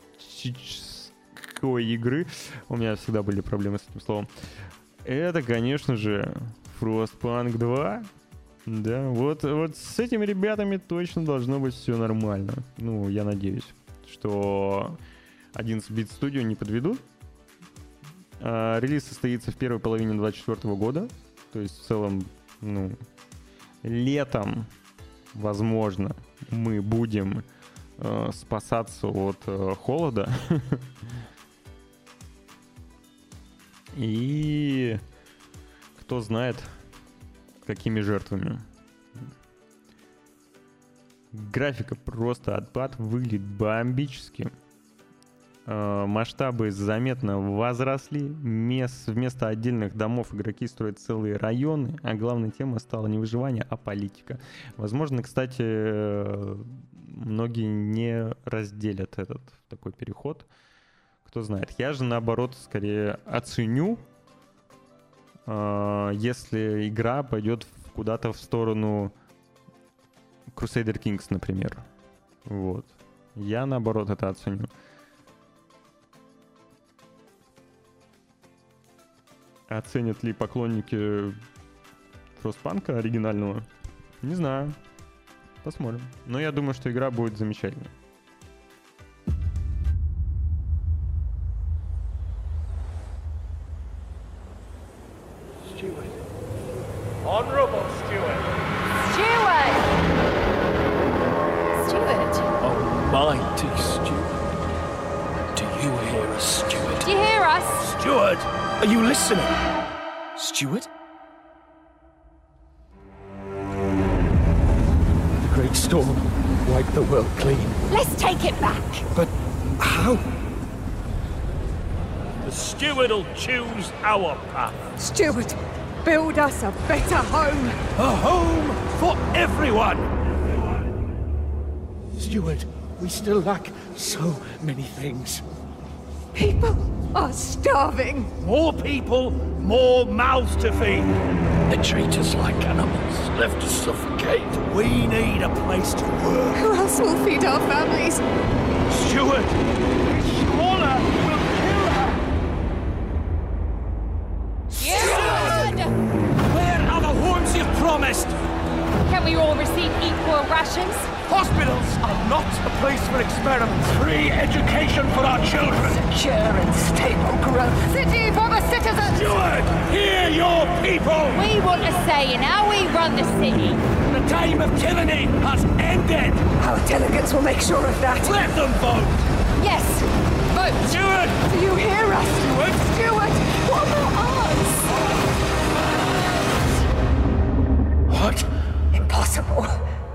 A: игры. У меня всегда были проблемы с этим словом. Это, конечно же, Frostpunk два. Да, вот, вот с этими ребятами точно должно быть все нормально. Ну, я надеюсь, что одиннадцать бит Studio не подведут. А, релиз состоится в первой половине двадцать четвёртого года. То есть, в целом, ну, летом, возможно, мы будем э, спасаться от э, холода. И кто знает, какими жертвами. Графика просто отпад, выглядит бомбически. Э, масштабы заметно возросли. Мес, вместо отдельных домов игроки строят целые районы, а главной темой стала не выживание, а политика. Возможно, кстати, многие не разделят этот такой переход. Кто знает. Я же, наоборот, скорее оценю, э, если игра пойдет куда-то в сторону Crusader Kings, например. Вот. Я, наоборот, это оценю. Оценят ли поклонники Frostpunk оригинального? Не знаю. Посмотрим. Но я думаю, что игра будет замечательной.
D: Steward. Honorable Steward.
E: Steward! Steward?
D: Almighty Steward. Do you hear us, Steward?
E: Do you hear us?
D: Steward, are you listening? Steward? The great storm wiped the world clean.
E: Let's take it back.
D: But how?
F: The steward'll choose our path.
G: Steward, build us a better home.
D: A home for everyone! Steward, we still lack so many things.
G: People are starving.
F: More people, more mouths to feed.
D: They treat us like animals, left to suffocate. We need a place to work.
G: Who else will feed our families?
F: Steward, Smaller will kill her.
E: Steward!
D: Where are the homes you've promised?
E: Can we all receive equal rations?
F: Hospitals are not a place for experiments. Free education for our children.
G: Secure and stable growth. City for the citizens.
F: Steward, hear your people.
E: We want a say in how we run the city.
F: The time of tyranny has ended.
G: Our delegates will make sure of that.
F: Let them vote.
E: Yes, vote.
F: Steward,
G: Do you hear us?
F: Steward.
G: Steward, what about us?
D: What?
G: Impossible.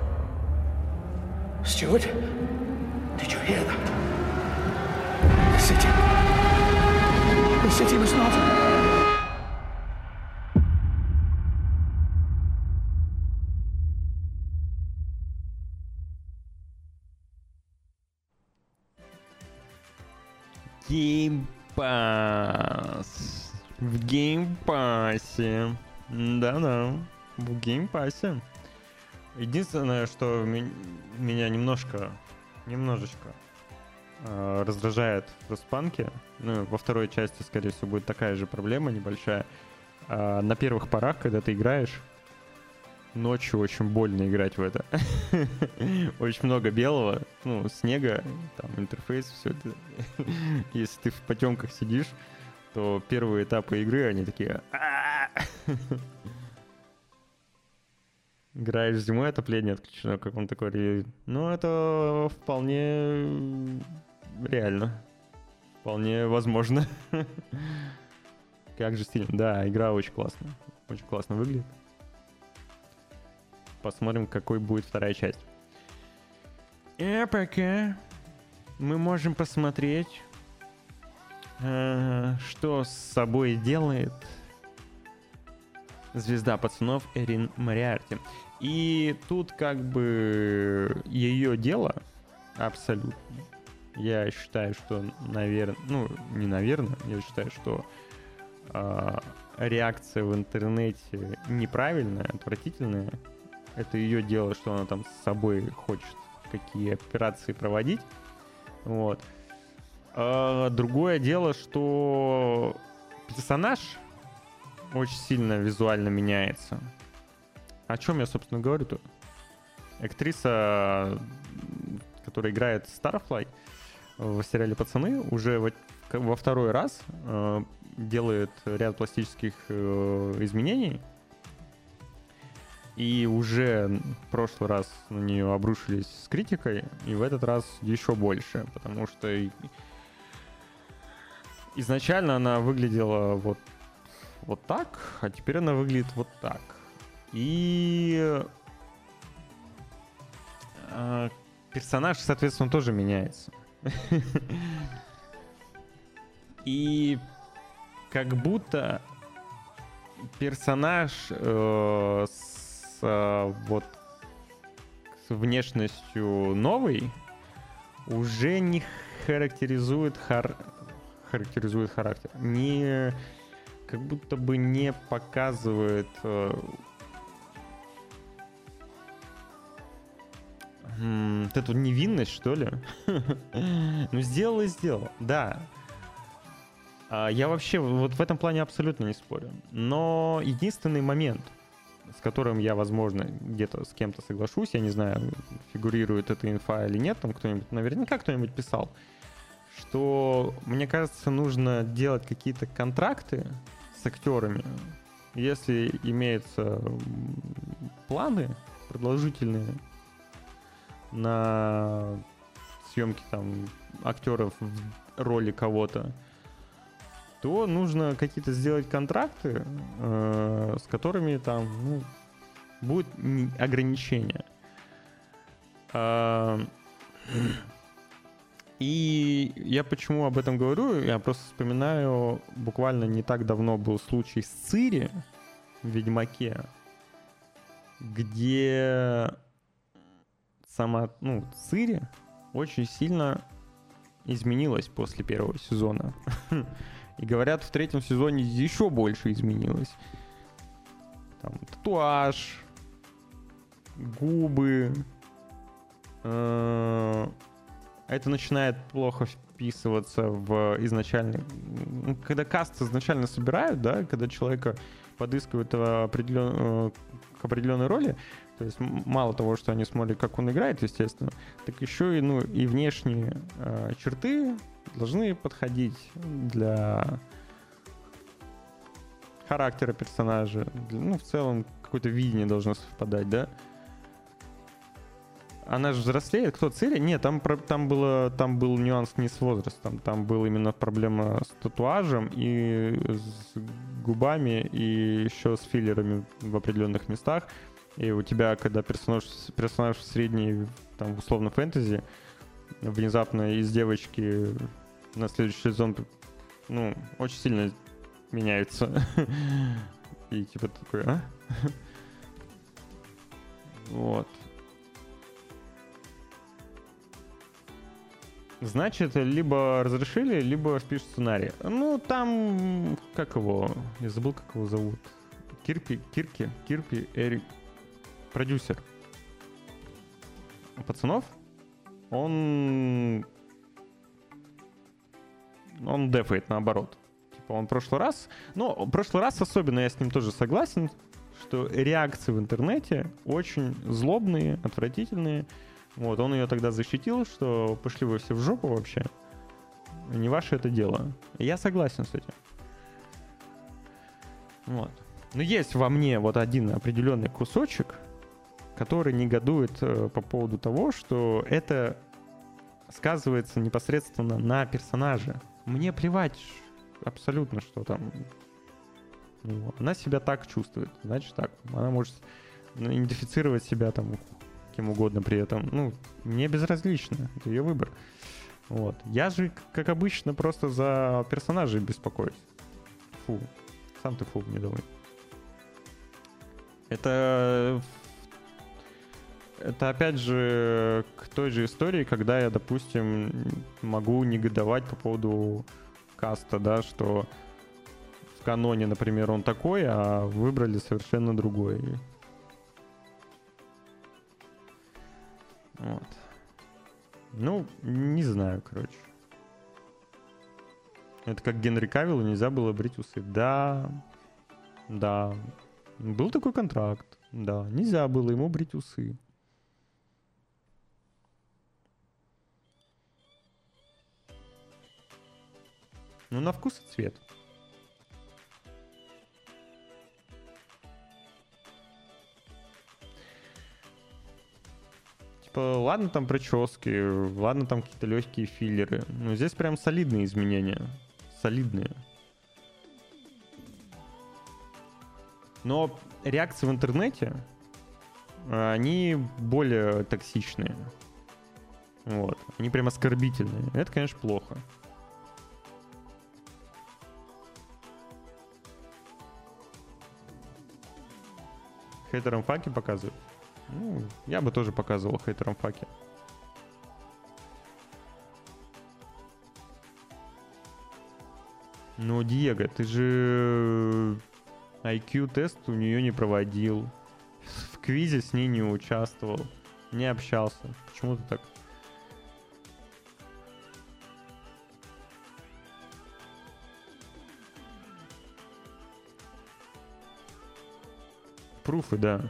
D: Steward, did you hear that? The city. The city must not.
A: Геймпасс. В геймпассе. Да-да. В геймпассе. Единственное, что ми- меня немножко, немножечко э, раздражает в Frostpunk'е, ну, во второй части, скорее всего, будет такая же проблема небольшая. Э, на первых порах, когда ты играешь, ночью очень больно играть в это. Очень много белого, ну, снега, там, интерфейс, все это. Если ты в потемках сидишь, то первые этапы игры, они такие... Играешь зимой, отопление отключено, как он такой... Ну, это вполне реально. Вполне возможно. Как же стильно. Да, игра очень классная. Очень классно выглядит. Посмотрим, какой будет вторая часть. А пока мы можем посмотреть, что с собой делает звезда пацанов Эрин Мориарти. И тут как бы ее дело абсолютно. Я считаю, что, наверное, ну, не наверное, я считаю, что э, реакция в интернете неправильная, отвратительная. Это ее дело, что она там с собой хочет какие операции проводить. Вот. А другое дело, что персонаж очень сильно визуально меняется. О чем я, собственно, говорю-то? Актриса, которая играет Starfly в сериале «Пацаны», уже во, во второй раз э, делает ряд пластических э, изменений. И уже в прошлый раз на нее обрушились с критикой, и в этот раз еще больше, потому что изначально она выглядела вот, вот так, а теперь она выглядит вот так. И э, персонаж, соответственно, тоже меняется. И как будто персонаж э, с э, вот с внешностью новой уже не характеризует хар... характеризует характер, не как будто бы не показывает э, м- вот эту невинность, что ли. Ну, сделал и сделал, да. Я вообще вот в этом плане абсолютно не спорю. Но единственный момент, с которым я, возможно, где-то с кем-то соглашусь, я не знаю, фигурирует эта инфа или нет, там кто-нибудь, наверняка кто-нибудь писал, что, мне кажется, нужно делать какие-то контракты с актерами, если имеются планы продолжительные на съемки там актеров в роли кого-то, то нужно какие-то сделать контракты, э, с которыми там ну, будет ограничения. Э, и я почему об этом говорю? Я просто вспоминаю, буквально не так давно был случай с Цири в «Ведьмаке», где сама, ну, Цири очень сильно изменилась после первого сезона. И говорят, в третьем сезоне еще больше изменилось. Там татуаж, губы. Это начинает плохо вписываться в изначальный... Когда каст изначально собирают, да, когда человека подыскивают определен... к определенной роли, то есть мало того, что они смотрят, как он играет, естественно, так еще и, ну, и внешние э, черты должны подходить для характера персонажа. Для, ну, в целом, какое-то видение должно совпадать, да? Она же взрослеет. Кто, Цири? Нет, там, там, было, там был нюанс не с возрастом. Там была именно проблема с татуажем и с губами, и еще с филлерами в определенных местах. И у тебя, когда персонаж, персонаж средний, там, условно, фэнтези, внезапно из девочки на следующий сезон, ну, очень сильно меняется. И типа такой, а? Вот. Значит, либо разрешили, либо впишут сценарий. Ну, там, как его, я забыл, как его зовут. Кирпи, Кирки, Кирпи, Эрик, продюсер «Пацанов». Он, он дефает наоборот. Типа он в прошлый раз, ну, в прошлый раз особенно я с ним тоже согласен, что реакции в интернете очень злобные, отвратительные. Вот, он ее тогда защитил, что пошли вы все в жопу вообще. Не ваше это дело. Я согласен с этим. Вот. Но есть во мне вот один определенный кусочек, который негодует э, по поводу того, что это сказывается непосредственно на персонаже. Мне плевать абсолютно, что там. Ну, она себя так чувствует, значит так. Она может идентифицировать себя там кем угодно при этом. Ну, мне безразлично. Это ее выбор. Вот. Я же, как обычно, просто за персонажей беспокоюсь. Фу. Сам ты фу, не думай. Это... Это, опять же, к той же истории, когда я, допустим, могу негодовать по поводу каста, да, что в каноне, например, он такой, а выбрали совершенно другой. Вот. Ну, не знаю, короче. Это как Генри Кавиллу нельзя было брить усы. Да, да. Был такой контракт. Да, нельзя было ему брить усы. Ну, на вкус и цвет. Типа, ладно там прически, ладно там какие-то легкие филлеры. Но здесь прям солидные изменения. Солидные. Но реакции в интернете, они более токсичные. Вот. Они прям оскорбительные. Это, конечно, плохо. Хейтерам факи показывают? Ну, я бы тоже показывал хейтерам факи. Ну, Диего, ты же ай кью-тест у нее не проводил. В квизе с ней не участвовал. Не общался. Почему ты так? Пруфы, да.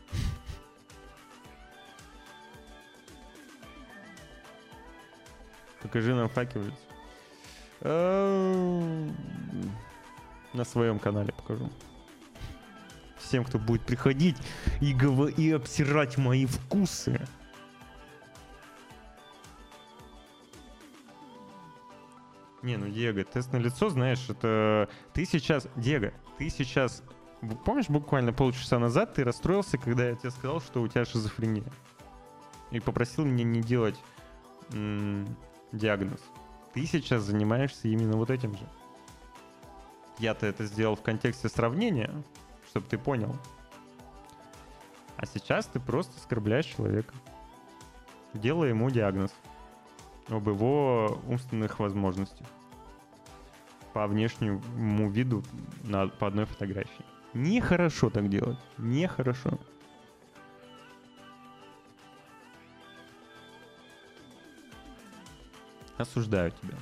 A: Покажи нам факи в лицо. На своем канале покажу. Всем, кто будет приходить и, гов... и обсирать мои вкусы. Не, ну, Диего, тест на лицо, знаешь, это... Ты сейчас... Диего, ты сейчас... Помнишь, буквально полчаса назад ты расстроился, когда я тебе сказал, что у тебя шизофрения? И попросил меня не делать м- диагноз. Ты сейчас занимаешься именно вот этим же. Я-то это сделал в контексте сравнения, чтобы ты понял. А сейчас ты просто оскорбляешь человека, делая ему диагноз об его умственных возможностях по внешнему виду на, по одной фотографии. Нехорошо так делать. Нехорошо. Осуждаю тебя.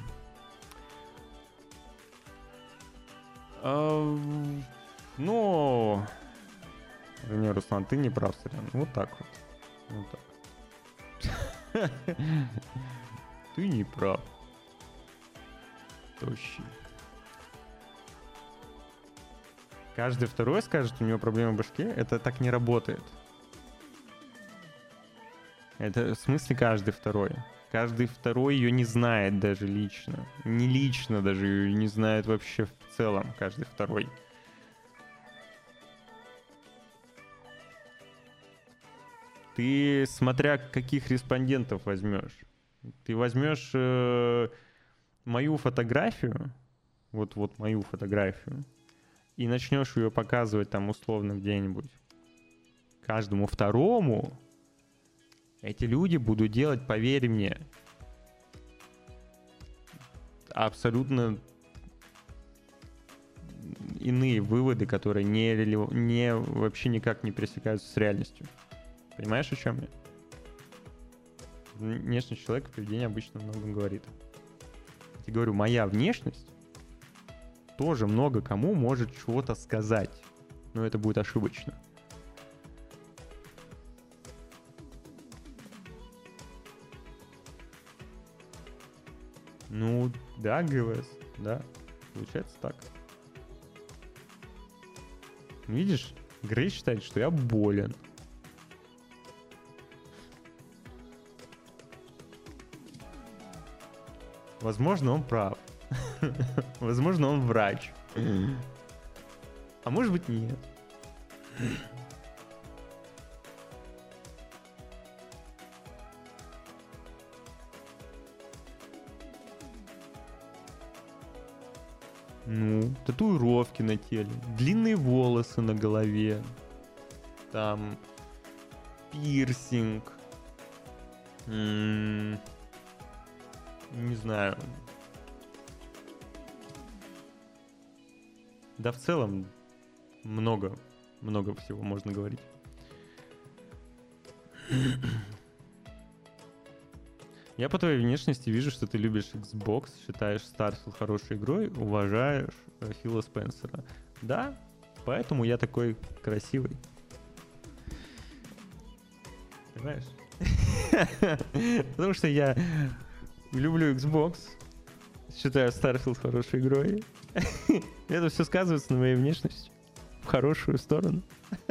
A: А, ну, не, Руслан, ты не прав, сорян. Вот так вот. Вот так. Ты не прав. Тощий. Каждый второй скажет, у него проблемы в башке. Это так не работает. Это в смысле каждый второй. Каждый второй ее не знает даже лично. Не лично даже ее не знает вообще в целом. Каждый второй. Ты, смотря каких респондентов возьмешь. Ты возьмешь э, мою фотографию, вот, вот мою фотографию, и начнешь ее показывать там условно где-нибудь каждому второму, эти люди будут делать, поверь мне, абсолютно иные выводы, которые не, не, вообще никак не пересекаются с реальностью. Понимаешь, о чем я? Внешность человека, поведение обычно много говорит. Я тебе говорю, моя внешность тоже много кому может чего-то сказать, но это будет ошибочно. Ну, да, ГВС, да, получается так. Видишь, Грей считает, что я болен. Возможно, он прав. Возможно, он врач. А может быть, нет. Ну, татуировки на теле, длинные волосы на голове, там пирсинг, м-м, не знаю. Да в целом много, много всего можно говорить. Я по твоей внешности вижу, что ты любишь Xbox, считаешь Starfield хорошей игрой, уважаешь э, Фила Спенсера. Да, поэтому я такой красивый. Понимаешь? Потому что я люблю Xbox, считаю Starfield хорошей игрой. Это все сказывается на моей внешности. В хорошую сторону.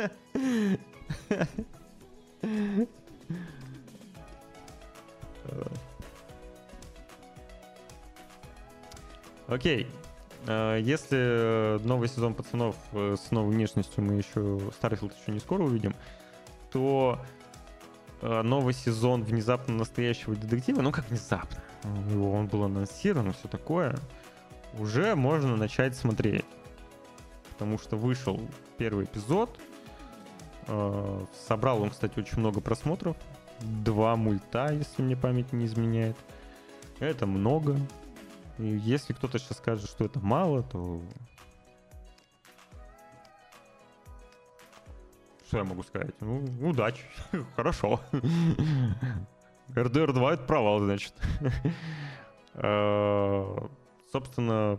A: Окей. Если новый сезон пацанов с новой внешностью мы еще Starfield еще не скоро увидим, то новый сезон внезапно настоящего детектива, ну как внезапно, он был анонсирован, все такое, уже можно начать смотреть. Потому что вышел первый эпизод, собрал он, кстати, очень много просмотров, два мульта, если мне память не изменяет. Это много. И если кто-то сейчас скажет, что это мало, то... Что я могу сказать? Ну, удачи. Хорошо. эр дэ эр два — это провал, значит. Собственно...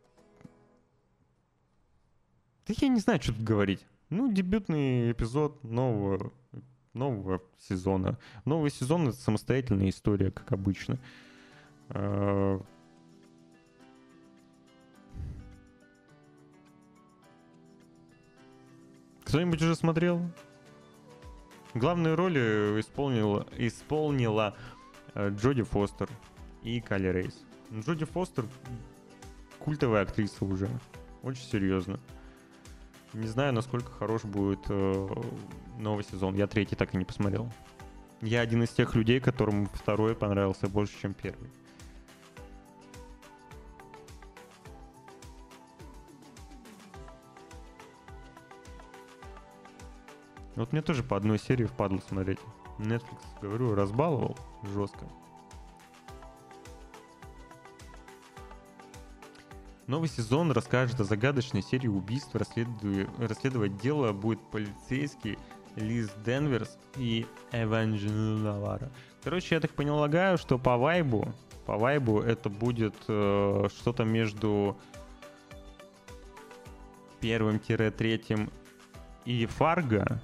A: Да я не знаю, что тут говорить. Ну, дебютный эпизод нового, нового сезона. Новый сезон — это самостоятельная история, как обычно. Кто-нибудь уже смотрел? Главные роли исполнила, исполнила Джоди Фостер и Калли Рейс. Джоди Фостер культовая актриса уже. Очень серьезно. Не знаю, насколько хорош будет э, новый сезон. Я третий так и не посмотрел. Я один из тех людей, которым второй понравился больше, чем первый. Вот мне тоже по одной серии впадло смотреть. Netflix, говорю, разбаловал жестко. Новый сезон расскажет о загадочной серии убийств. Расследуя... Расследовать дело будет полицейский Лиз Денверс и Эванжелина Навара. Короче, я так полагаю, что по вайбу, по вайбу это будет э, что-то между первым-третьим и Фарго.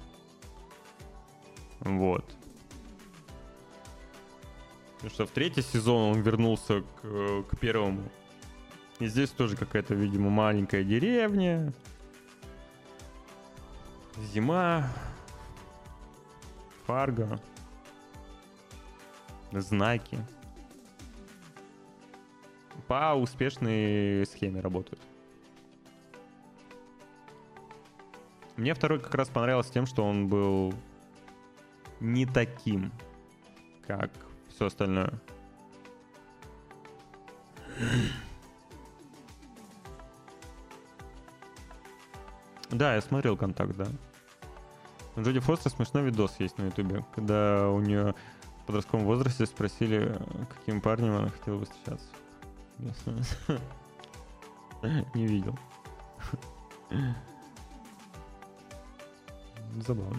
A: Вот. Потому что в третий сезон он вернулся к, к первому. И здесь тоже какая-то, видимо, маленькая деревня. Зима. Фарго. Знаки. По успешной схеме работают. Мне второй как раз понравился тем, что он был не таким, как все остальное. Да, я смотрел «Контакт», да. У Джоди Фостер смешной видос есть на ютубе, когда у нее в подростковом возрасте спросили, каким парнем она хотела бы встречаться. Не видел. Забавно.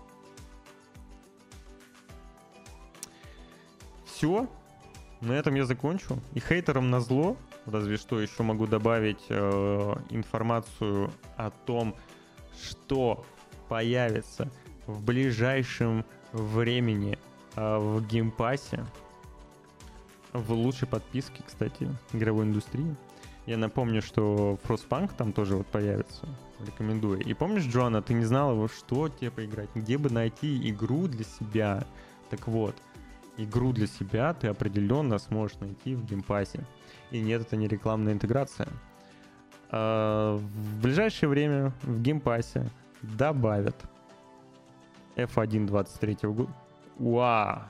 A: Все. На этом я закончу. И хейтерам назло, разве что еще могу добавить э, информацию о том, что появится в ближайшем времени э, в геймпассе. В лучшей подписке, кстати, игровой индустрии. Я напомню, что Frostpunk там тоже вот появится. Рекомендую. И помнишь, Джоанна, ты не знала, вот что тебе поиграть, где бы найти игру для себя. Так вот, игру для себя ты определенно сможешь найти в геймпассе. И нет, это не рекламная интеграция. А в ближайшее время в геймпассе добавят эф один двадцать третьего года. Уа!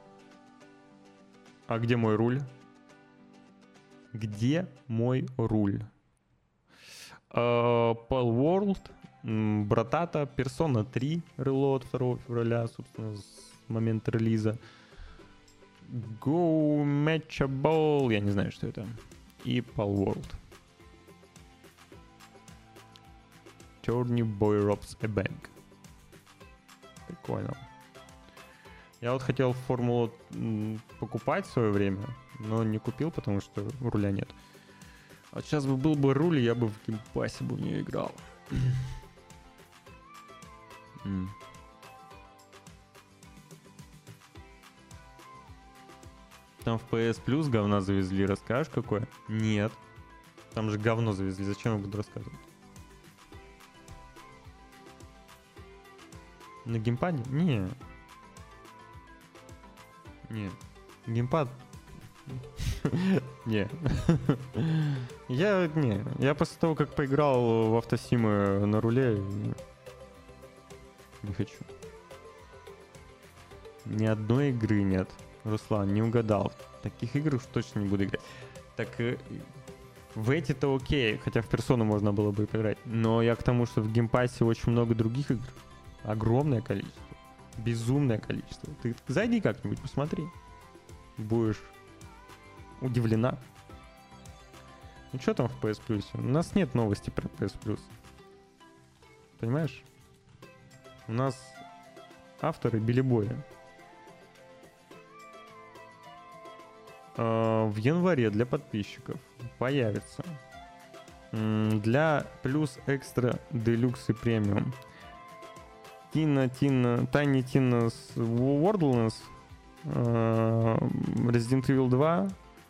A: А где мой руль? Где мой руль? Uh, Palworld, Братата, Persona три Reload второго февраля, собственно, с момента релиза. Go Matchable, я не знаю, что это. И Palworld. Journey Boy Robs a Bank. Прикольно. Я вот хотел формулу м, покупать в свое время, но не купил, потому что руля нет. А сейчас бы был бы руль, я бы в геймпассе бы в нее играл. М. Там в пи эс Plus говна завезли, расскажешь какое? Нет. Там же говно завезли, зачем я буду рассказывать? На геймпаде? Не. Не. Геймпад? Не. Я не. Я после того, как поиграл в автосимы на руле, не хочу. Ни одной игры нет. Руслан, не угадал. В таких играх точно не буду играть. Так в эти-то окей, хотя в персону можно было бы поиграть. Но я к тому, что в геймпассе очень много других игр. Огромное количество. Безумное количество. Ты зайди как-нибудь, посмотри. Будешь удивлена. Ну что там в пи эс Plus? У нас нет новости про пи эс Plus. Понимаешь? У нас авторы билибои. Uh, в январе для подписчиков появится mm, для плюс экстра делюкс и премиум Тина Тина Тайни Тинас Wordless, uh, Resident Evil два,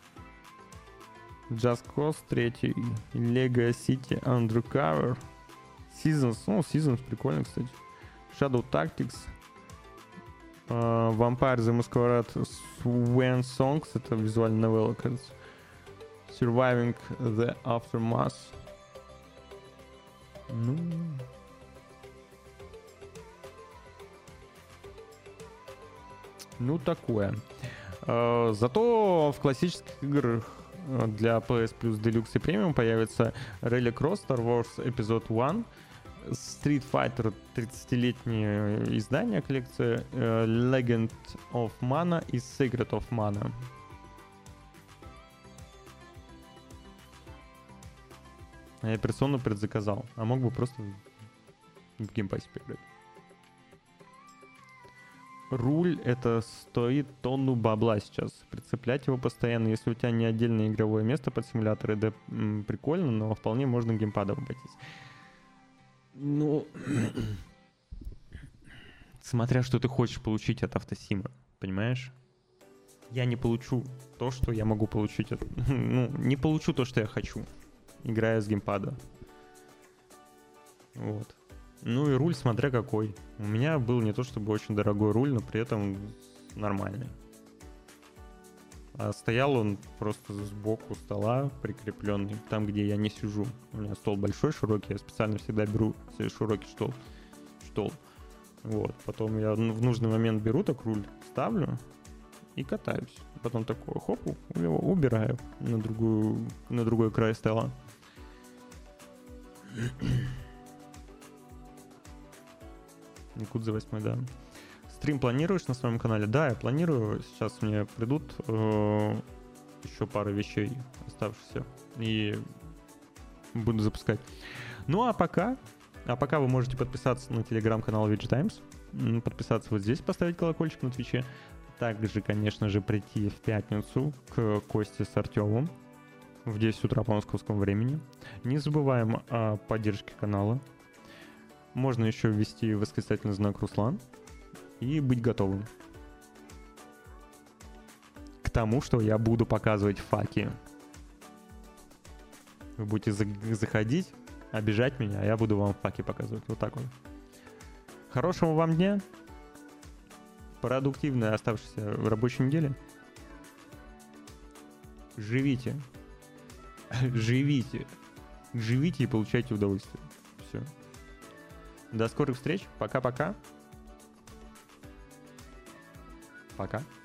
A: Just Cause три, Lego City Undercover, Seasons, ну Seasons прикольно, кстати, Shadow Tactics, Uh, Vampire the Masquerade Swan Songs, это визуальная новелла, кажется. Surviving the Aftermath. Ну... Ну, такое. Uh, зато в классических играх для пи эс Plus Deluxe и Premium появится Rally Cross Star Wars Episode один, Street Fighter тридцатилетнее издание, коллекция uh, Legend of Mana и Secret of Mana. А я персону предзаказал, а мог бы просто в геймпассе поиграть. Руль это стоит тонну бабла сейчас. Прицеплять его постоянно, если у тебя не отдельное игровое место под симуляторы, да м, прикольно, но вполне можно геймпадом обойтись. Ну, смотря что ты хочешь получить от автосима, понимаешь? Я не получу то, что я могу получить от... Ну, не получу то, что я хочу, играя с геймпада. Вот. Ну и руль смотря какой. У меня был не то чтобы очень дорогой руль, но при этом нормальный. А стоял он просто сбоку стола, прикрепленный, там, где я не сижу. У меня стол большой, широкий, я специально всегда беру широкий стол. стол. Вот. Потом я в нужный момент беру так руль, ставлю и катаюсь. Потом такой хоп, его убираю на, другую, на другой край стола. Якудза восемь, да. Стрим планируешь на своем канале? Да, я планирую. Сейчас мне придут э, еще пара вещей оставшихся. И буду запускать. Ну а пока... А пока вы можете подписаться на телеграм-канал ви джи Times. Подписаться вот здесь, поставить колокольчик на Твиче. Также, конечно же, прийти в пятницу к Косте с Артемом в десять утра по московскому времени. Не забываем о поддержке канала. Можно еще ввести восклицательный знак Руслан и быть готовым к тому, что я буду показывать факи. Вы будете за- заходить, обижать меня, а я буду вам факи показывать. Вот так вот. Хорошего вам дня. Продуктивной оставшейся в рабочей неделе. Живите. Живите. Живите и получайте удовольствие. Все. До скорых встреч. Пока-пока. Пока.